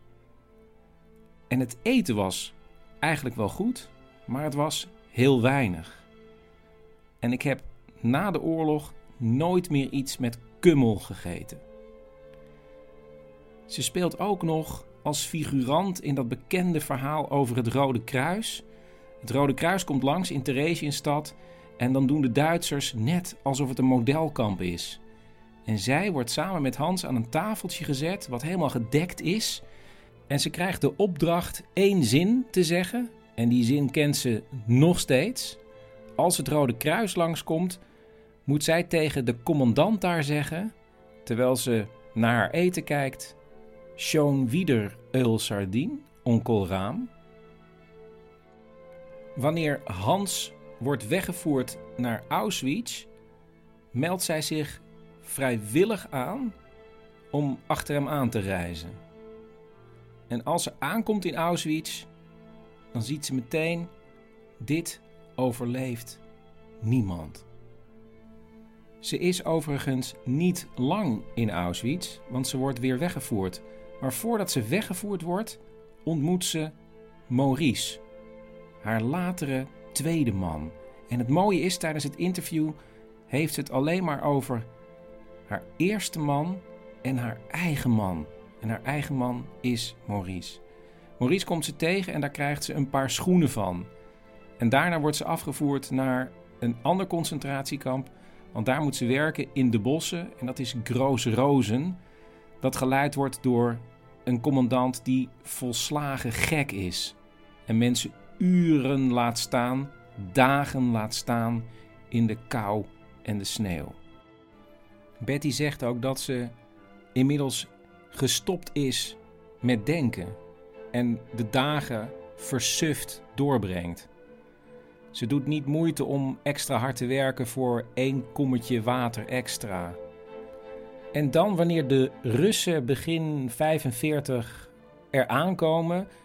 En het eten was eigenlijk wel goed, maar het was heel weinig. En ik heb na de oorlog nooit meer iets met kummel gegeten. Ze speelt ook nog als figurant in dat bekende verhaal over het Rode Kruis. Het Rode Kruis komt langs in Theresienstadt en dan doen de Duitsers net alsof het een modelkamp is. En zij wordt samen met Hans aan een tafeltje gezet wat helemaal gedekt is. En ze krijgt de opdracht 1 zin te zeggen. En die zin kent ze nog steeds. Als het Rode Kruis langskomt, moet zij tegen de commandant daar zeggen, terwijl ze naar haar eten kijkt, Schon wieder Öl Sardin, onkel Raam. Wanneer Hans wordt weggevoerd naar Auschwitz, meldt zij zich vrijwillig aan om achter hem aan te reizen. En als ze aankomt in Auschwitz, dan ziet ze meteen, dit overleeft niemand. Ze is overigens niet lang in Auschwitz, want ze wordt weer weggevoerd. Maar voordat ze weggevoerd wordt, ontmoet ze Maurice, haar latere tweede man. En het mooie is, tijdens het interview heeft ze het alleen maar over haar eerste man en haar eigen man. En haar eigen man is Maurice. Maurice komt ze tegen en daar krijgt ze een paar schoenen van. En daarna wordt ze afgevoerd naar een ander concentratiekamp. Want daar moet ze werken in de bossen. En dat is Grosse Rozen. Dat geleid wordt door een commandant die volslagen gek is. En mensen uren laat staan, dagen laat staan in de kou en de sneeuw. Betty zegt ook dat ze inmiddels gestopt is met denken. En de dagen versuft doorbrengt. Ze doet niet moeite om extra hard te werken voor 1 kommetje water extra. En dan, wanneer de Russen begin 1945 er aankomen,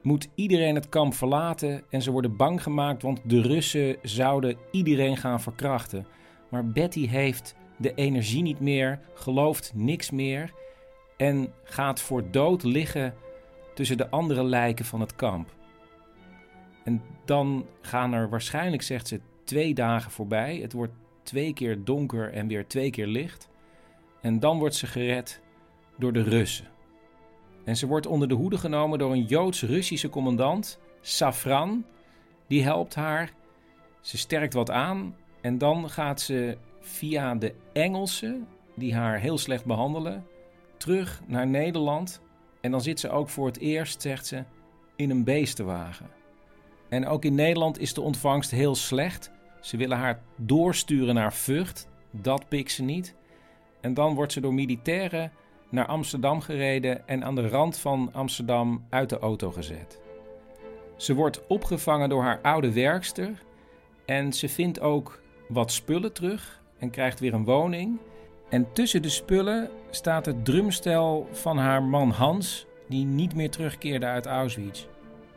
moet iedereen het kamp verlaten en ze worden bang gemaakt, want de Russen zouden iedereen gaan verkrachten. Maar Betty heeft de energie niet meer, gelooft niks meer en gaat voor dood liggen tussen de andere lijken van het kamp. En dan gaan er waarschijnlijk, zegt ze, 2 dagen voorbij. Het wordt 2 keer donker en weer 2 keer licht. En dan wordt ze gered door de Russen. En ze wordt onder de hoede genomen door een Joods-Russische commandant, Safran. Die helpt haar. Ze sterkt wat aan. En dan gaat ze via de Engelsen, die haar heel slecht behandelen, terug naar Nederland. En dan zit ze ook voor het eerst, zegt ze, in een beestenwagen. En ook in Nederland is de ontvangst heel slecht. Ze willen haar doorsturen naar Vught. Dat pikt ze niet. En dan wordt ze door militairen naar Amsterdam gereden en aan de rand van Amsterdam uit de auto gezet. Ze wordt opgevangen door haar oude werkster en ze vindt ook wat spullen terug en krijgt weer een woning. En tussen de spullen staat het drumstel van haar man Hans, die niet meer terugkeerde uit Auschwitz.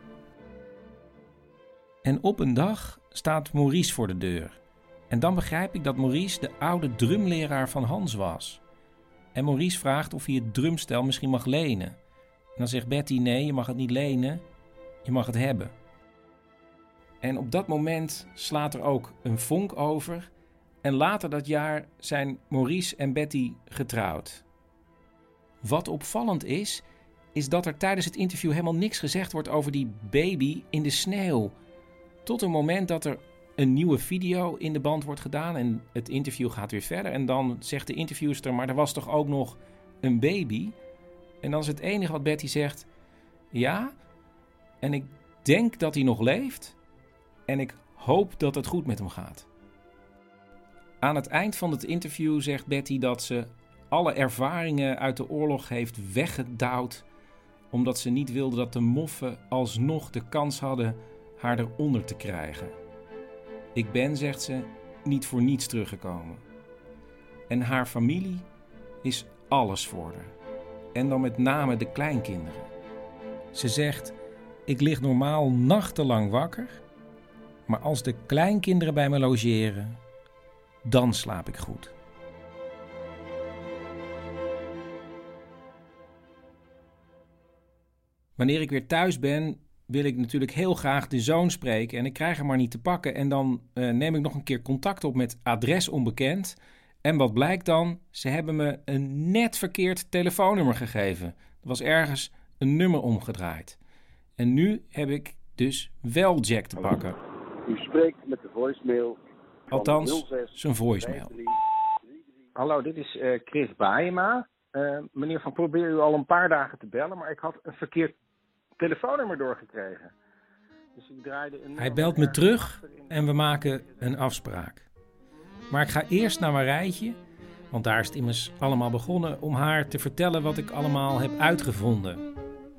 En op een dag staat Maurice voor de deur. En dan begrijp ik dat Maurice de oude drumleraar van Hans was. En Maurice vraagt of hij het drumstel misschien mag lenen. En dan zegt Betty, nee, je mag het niet lenen, je mag het hebben. En op dat moment slaat er ook een vonk over. En later dat jaar zijn Maurice en Betty getrouwd. Wat opvallend is dat er tijdens het interview helemaal niks gezegd wordt over die baby in de sneeuw. Tot een moment dat er een nieuwe video in de band wordt gedaan en het interview gaat weer verder. En dan zegt de interviewster, maar er was toch ook nog een baby? En dan is het enige wat Betty zegt, ja, en ik denk dat hij nog leeft en ik hoop dat het goed met hem gaat. Aan het eind van het interview zegt Betty dat ze alle ervaringen uit de oorlog heeft weggedouwd, omdat ze niet wilde dat de moffen alsnog de kans hadden haar eronder te krijgen. Ik ben, zegt ze, niet voor niets teruggekomen. En haar familie is alles voor haar. En dan met name de kleinkinderen. Ze zegt, ik lig normaal nachtenlang wakker, maar als de kleinkinderen bij me logeren, dan slaap ik goed. Wanneer ik weer thuis ben, wil ik natuurlijk heel graag de zoon spreken en ik krijg hem maar niet te pakken. En dan neem ik nog een keer contact op met adres onbekend. En wat blijkt dan? Ze hebben me een net verkeerd telefoonnummer gegeven. Er was ergens een nummer omgedraaid. En nu heb ik dus wel Jack te pakken. U spreekt met de voicemail. Althans, zijn voicemail. Hallo, dit is Chris Baayema. Meneer Van, probeer u al een paar dagen te bellen, maar ik had een verkeerd telefoonnummer doorgekregen. Dus ik draaide een. Hij belt me terug en we maken een afspraak. Maar ik ga eerst naar mijn rijtje, want daar is het immers allemaal begonnen, om haar te vertellen wat ik allemaal heb uitgevonden.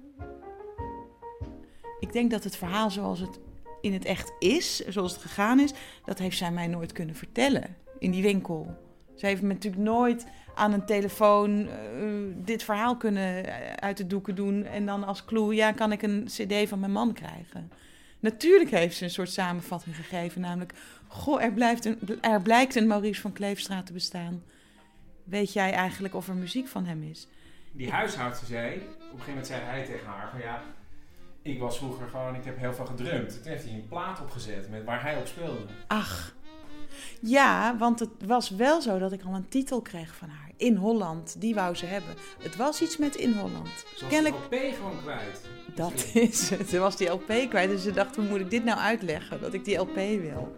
Ik denk dat het verhaal zoals het in het echt is, zoals het gegaan is, dat heeft zij mij nooit kunnen vertellen in die winkel. Ze heeft me natuurlijk nooit aan een telefoon dit verhaal kunnen uit de doeken doen en dan als clue, ja, kan ik een cd van mijn man krijgen. Natuurlijk heeft ze een soort samenvatting gegeven, namelijk, goh, er blijkt een Maurice van Kleefstraat te bestaan. Weet jij eigenlijk of er muziek van hem is? Die huishoudster zei, op een gegeven moment zei hij tegen haar van ja, ik was vroeger gewoon, ik heb heel veel gedrumd. Toen heeft hij een plaat opgezet met waar hij op speelde. Ach, ja, want het was wel zo dat ik al een titel kreeg van haar. In Holland, die wou ze hebben. Het was iets met In Holland. Ze was die LP gewoon kwijt. Dat is het. Ze was die LP kwijt. Dus ze dacht, hoe moet ik dit nou uitleggen? Dat ik die LP wil.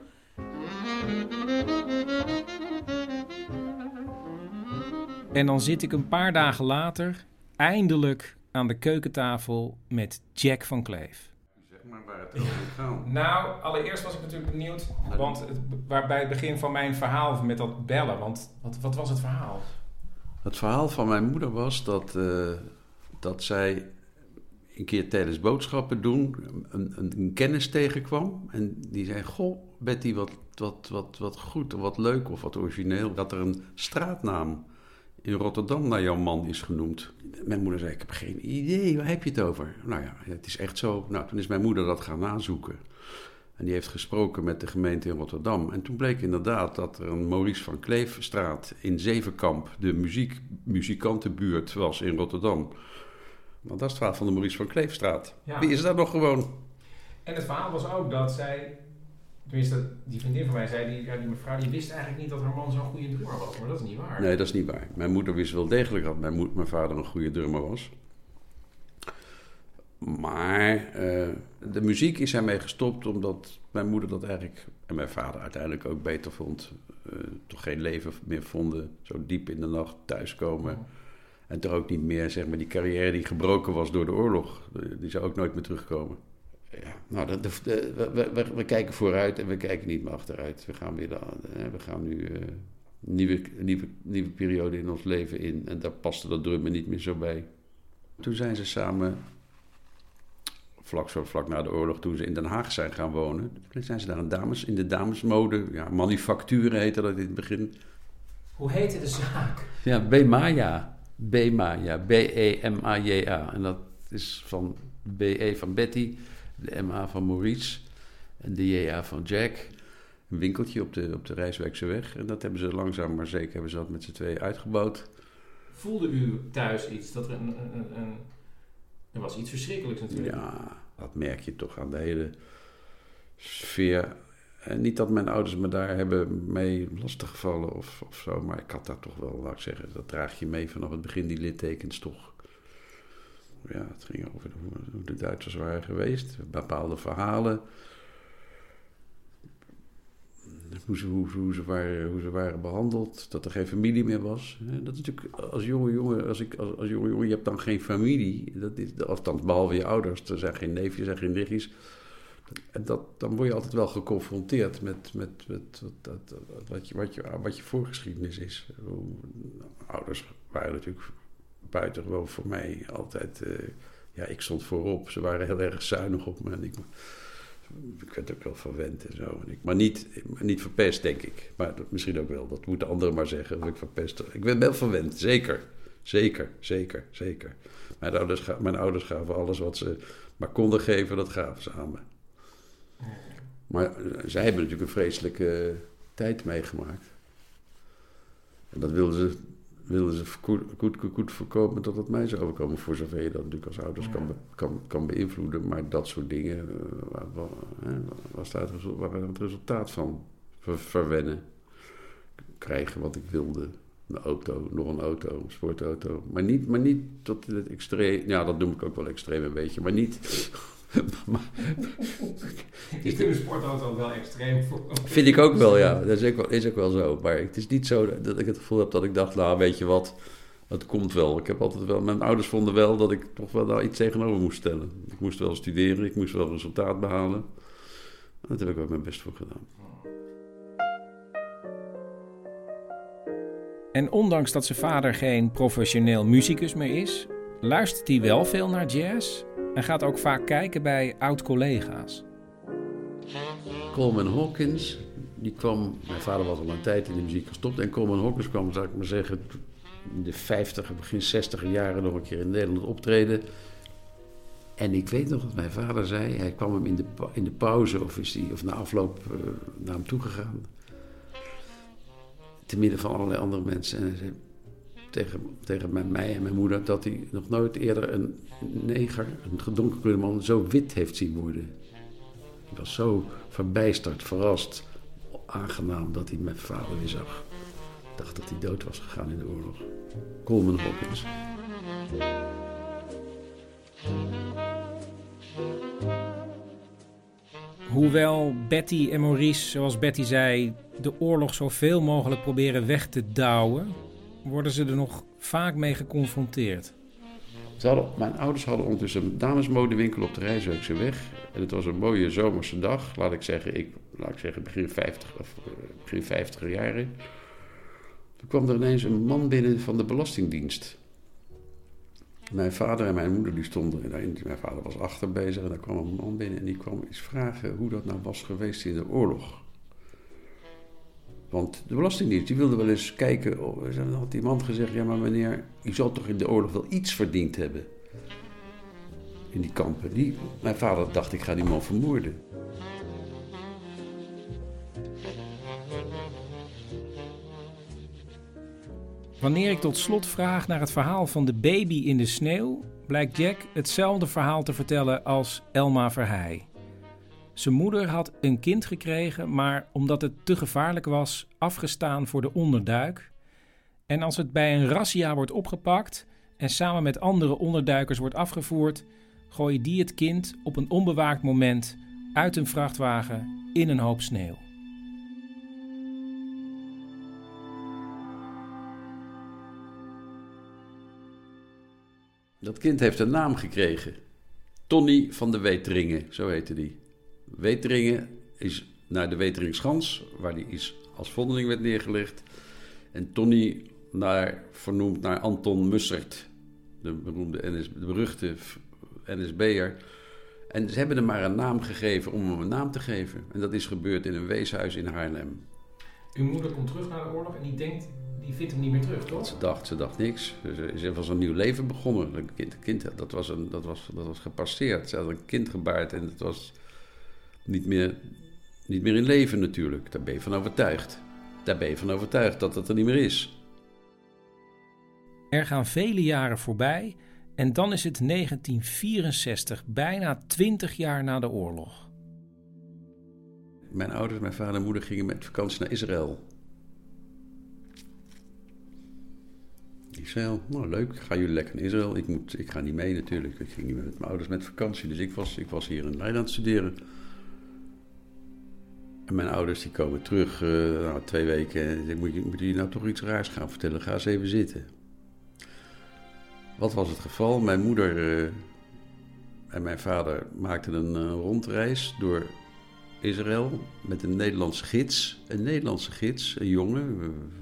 En dan zit ik een paar dagen later eindelijk aan de keukentafel met Jack van Kleef. Zeg maar waar het over gaat. Nou, allereerst was ik natuurlijk benieuwd, want bij het begin van mijn verhaal met dat bellen, want wat was het verhaal? Het verhaal van mijn moeder was dat zij een keer tijdens boodschappen doen een kennis tegenkwam. En die zei, goh, Betty, wat goed, wat leuk of wat origineel. Dat er een straatnaam in Rotterdam naar jouw man is genoemd. Mijn moeder zei, ik heb geen idee, waar heb je het over? Nou ja, het is echt zo. Nou, toen is mijn moeder dat gaan nazoeken. En die heeft gesproken met de gemeente in Rotterdam. En toen bleek inderdaad dat er een Maurice van Kleefstraat in Zevenkamp, de muzikantenbuurt was in Rotterdam. Want dat is het verhaal van de Maurice van Kleefstraat. Ja. Wie is dat nog gewoon? En het verhaal was ook dat zij, tenminste die vriendin van mij zei, die mevrouw, die wist eigenlijk niet dat haar man zo'n goede drummer was. Maar dat is niet waar. Nee, dat is niet waar. Mijn moeder wist wel degelijk dat mijn vader een goede drummer was. Maar de muziek is ermee gestopt omdat mijn moeder dat eigenlijk, en mijn vader uiteindelijk ook beter vond. Toch geen leven meer vonden, zo diep in de nacht thuiskomen. En toch ook niet meer, zeg maar, die carrière die gebroken was door de oorlog. Die zou ook nooit meer terugkomen. Ja, nou, we kijken vooruit en we kijken niet meer achteruit. We gaan nu een nieuwe periode in ons leven in. En daar paste dat drummen niet meer zo bij. Toen zijn ze samen, vlak na de oorlog, toen ze in Den Haag zijn gaan wonen. Toen zijn ze daar in de damesmode, ja, manufacturen heette dat in het begin. Hoe heette de zaak? Ja, Bemaya. B-E-M-A-J-A. En dat is van B-E van Betty, de M-A van Maurice en de J-A van Jack. Een winkeltje op de Rijswijkseweg. En dat hebben ze langzaam maar zeker met z'n tweeën uitgebouwd. Voelde u thuis iets? Dat er was iets verschrikkelijks natuurlijk. Ja, dat merk je toch aan de hele sfeer. En niet dat mijn ouders me daar hebben mee lastiggevallen of zo, maar ik had daar toch wel, laat ik zeggen, dat draag je mee vanaf het begin, die littekens toch. Ja, het ging over hoe de Duitsers waren geweest, bepaalde verhalen. Hoe ze waren behandeld, dat er geen familie meer was. Dat is natuurlijk als jonge jongen, je hebt dan geen familie, althans behalve je ouders, er zijn geen neefjes en geen nichtjes. En dan word je altijd wel geconfronteerd met wat je voorgeschiedenis is. Ouders waren natuurlijk buitengewoon voor mij altijd. Ik stond voorop. Ze waren heel erg zuinig op me. En ik werd ook wel verwend en zo. Maar niet verpest, denk ik. Maar misschien ook wel. Dat moeten anderen maar zeggen. Of ik verpest. Ik ben wel verwend, zeker. Zeker. Mijn ouders gaven alles wat ze maar konden geven, dat gaven ze aan me. Maar zij hebben natuurlijk een vreselijke tijd meegemaakt. En dat wilden ze goed voorkomen dat het mij zou overkomen. Voor zover je dat natuurlijk als ouders kan beïnvloeden. Maar dat soort dingen waren het resultaat van verwennen. Krijgen wat ik wilde. Een auto, nog een auto, een sportauto. Maar niet tot het extreem. Ja, dat noem ik ook wel extreem een beetje. Maar niet. Ik vind een sportauto wel extreem voor. Vind ik ook wel, ja. Dat is ook wel zo. Maar het is niet zo dat ik het gevoel heb dat ik dacht, nou, weet je wat, het komt wel. Ik heb altijd wel, mijn ouders vonden wel dat ik toch wel daar iets tegenover moest stellen. Ik moest wel studeren, ik moest wel resultaat behalen. En dat heb ik ook mijn best voor gedaan. En ondanks dat zijn vader geen professioneel muzikus meer is, luistert hij wel veel naar jazz en gaat ook vaak kijken bij oud-collega's. Coleman Hawkins, die kwam, mijn vader was al een tijd in de muziek gestopt, en Coleman Hawkins kwam, zou ik maar zeggen, in de 50, begin 60 jaren nog een keer in Nederland optreden. En ik weet nog dat mijn vader zei, hij kwam hem in de pauze of na afloop naar hem toegegaan. Te midden van allerlei andere mensen. En hij zei tegen mij en mijn moeder dat hij nog nooit eerder een neger, een donkerkleurde man, zo wit heeft zien worden. Hij was zo verbijsterd, verrast, aangenaam dat hij mijn vader weer zag. Ik dacht dat hij dood was gegaan in de oorlog. Coleman Hawkins. Hoewel Betty en Maurice, zoals Betty zei, de oorlog zoveel mogelijk proberen weg te douwen, worden ze er nog vaak mee geconfronteerd. Mijn ouders hadden ondertussen een damesmodewinkel op de Rijswijkseweg. En het was een mooie zomerse dag, laat ik zeggen begin 50 jaren. Toen kwam er ineens een man binnen van de Belastingdienst. Mijn vader en mijn moeder die stonden, mijn vader was achter bezig en daar kwam een man binnen en die kwam eens vragen hoe dat nou was geweest in de oorlog. Want de Belastingdienst die wilde wel eens kijken. Dan had die man gezegd: ja, maar meneer, u zal toch in de oorlog wel iets verdiend hebben. In die kampen. Mijn vader dacht: ik ga die man vermoorden. Wanneer ik tot slot vraag naar het verhaal van de baby in de sneeuw, blijkt Jack hetzelfde verhaal te vertellen als Elma Verheij. Zijn moeder had een kind gekregen, maar omdat het te gevaarlijk was, afgestaan voor de onderduik. En als het bij een razzia wordt opgepakt en samen met andere onderduikers wordt afgevoerd, gooien die het kind op een onbewaakt moment uit een vrachtwagen in een hoop sneeuw. Dat kind heeft een naam gekregen. Tonny van de Weteringen, zo heette die. Weteringen is naar de Weteringschans, waar die als vondeling werd neergelegd. En Tonny vernoemd naar Anton Mussert, de beruchte NSB'er. En ze hebben hem maar een naam gegeven om hem een naam te geven. En dat is gebeurd in een weeshuis in Haarlem. Uw moeder komt terug naar de oorlog en die vindt hem niet meer terug, toch? Ze dacht niks. Ze was een nieuw leven begonnen. Het kind dat was gepasseerd. Ze had een kind gebaard en het was niet meer in leven natuurlijk. Daar ben je van overtuigd. Dat het er niet meer is. Er gaan vele jaren voorbij en dan is het 1964, bijna 20 jaar na de oorlog. Mijn ouders, mijn vader en moeder gingen met vakantie naar Israël. Israël, nou leuk, gaan jullie lekker naar Israël? Ik ga niet mee natuurlijk. Ik ging met mijn ouders met vakantie, dus ik was hier in Nederland studeren. En mijn ouders die komen terug 2 weken en zeggen: moet jullie nou toch iets raars gaan vertellen? Ga eens even zitten. Wat was het geval? Mijn moeder en mijn vader maakten een rondreis door Israël met een Nederlandse gids. Een jongen.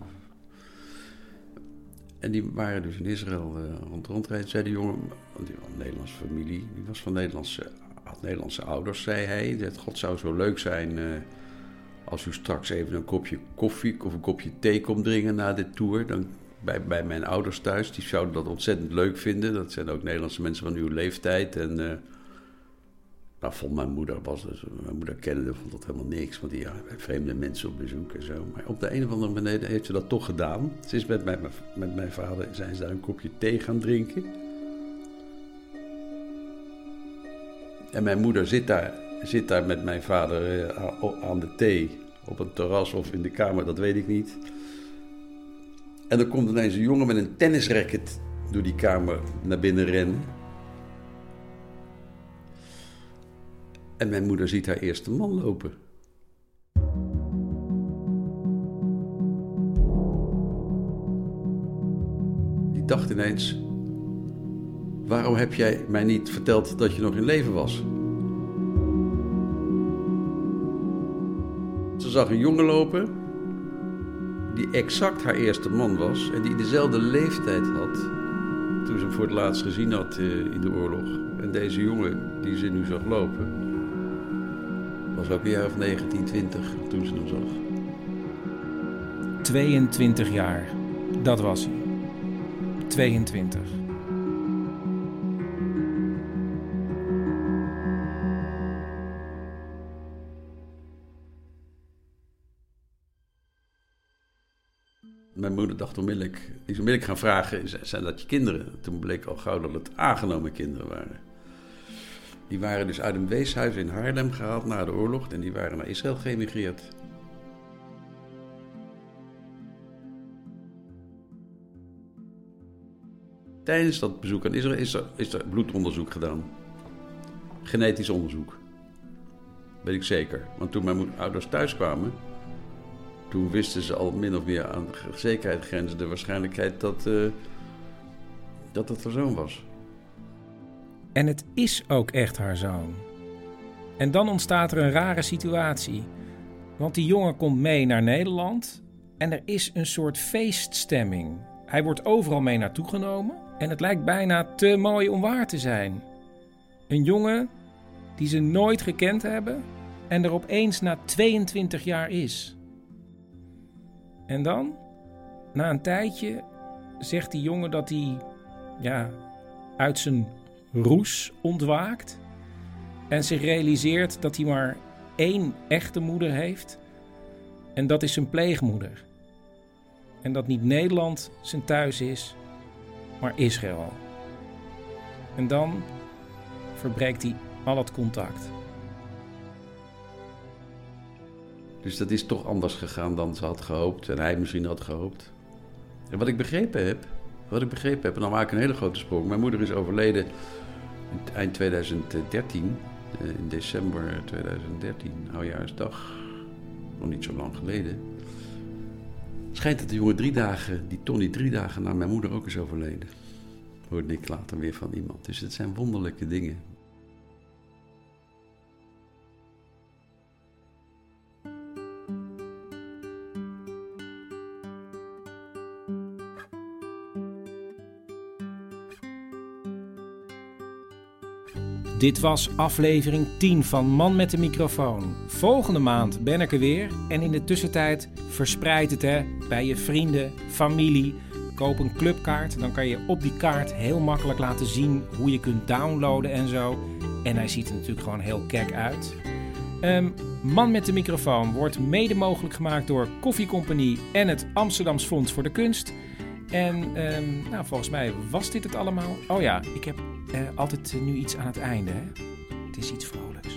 En die waren dus in Israël rondrijden. Zei de jongen, want die had een Nederlandse familie, die was van had Nederlandse ouders, zei hij. Dat God zou zo leuk zijn als u straks even een kopje koffie of een kopje thee komt drinken na dit tour. Dan bij mijn ouders thuis, die zouden dat ontzettend leuk vinden. Dat zijn ook Nederlandse mensen van uw leeftijd. En vond mijn moeder kende vond dat helemaal niks. Want die had vreemde mensen op bezoek en zo. Maar op de een of andere manier heeft ze dat toch gedaan. Ze is met mijn vader zijn ze daar een kopje thee gaan drinken. En mijn moeder zit daar met mijn vader aan de thee. Op een terras of in de kamer, dat weet ik niet. En dan komt ineens een jongen met een tennisracket door die kamer naar binnen rennen. En mijn moeder ziet haar eerste man lopen. Die dacht ineens: waarom heb jij mij niet verteld dat je nog in leven was? Ze zag een jongen lopen die exact haar eerste man was en die dezelfde leeftijd had toen ze hem voor het laatst gezien had in de oorlog. En deze jongen die ze nu zag lopen was ook een jaar of 19, 20 toen ze hem zag. 22 jaar, dat was hij. 22. Mijn moeder dacht onmiddellijk gaan vragen: zijn dat je kinderen? Toen bleek al gauw dat het aangenomen kinderen waren. Die waren dus uit een weeshuis in Haarlem gehaald na de oorlog en die waren naar Israël geëmigreerd. Tijdens dat bezoek aan Israël is er bloedonderzoek gedaan. Genetisch onderzoek. Weet ik zeker. Want toen mijn ouders thuis kwamen, toen wisten ze al min of meer aan de zekerheidsgrenzen de waarschijnlijkheid dat het haar zoon was. En het is ook echt haar zoon. En dan ontstaat er een rare situatie. Want die jongen komt mee naar Nederland en er is een soort feeststemming. Hij wordt overal mee naartoe genomen en het lijkt bijna te mooi om waar te zijn. Een jongen die ze nooit gekend hebben en er opeens na 22 jaar is. En dan, na een tijdje, zegt die jongen dat hij uit zijn roes ontwaakt. En zich realiseert dat hij maar 1 echte moeder heeft. En dat is zijn pleegmoeder. En dat niet Nederland zijn thuis is, maar Israël. En dan verbreekt hij al het contact. Dus dat is toch anders gegaan dan ze had gehoopt. En hij misschien had gehoopt. En wat ik begrepen heb, en dan maak ik een hele grote sprong. Mijn moeder is overleden eind 2013. In december 2013, oudjaarsdag. Nog niet zo lang geleden. Schijnt dat die Tony 3 dagen na mijn moeder ook is overleden. Hoorde ik later weer van iemand. Dus het zijn wonderlijke dingen. Dit was aflevering 10 van Man met de microfoon. Volgende maand ben ik er weer. En in de tussentijd verspreid het bij je vrienden, familie. Koop een clubkaart. Dan kan je op die kaart heel makkelijk laten zien hoe je kunt downloaden en zo. En hij ziet er natuurlijk gewoon heel kek uit. Man met de microfoon wordt mede mogelijk gemaakt door Koffie Compagnie en het Amsterdams Fonds voor de Kunst. En volgens mij was dit het allemaal. Oh ja, ik heb altijd nu iets aan het einde. Hè? Het is iets vrolijks.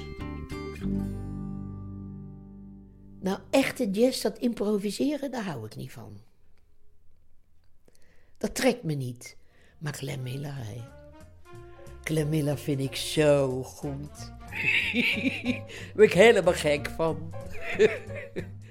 Nou, echte jazz, dat improviseren, daar hou ik niet van. Dat trekt me niet. Maar Glenn Miller, Glenn Miller vind ik zo goed. Daar ben ik helemaal gek van.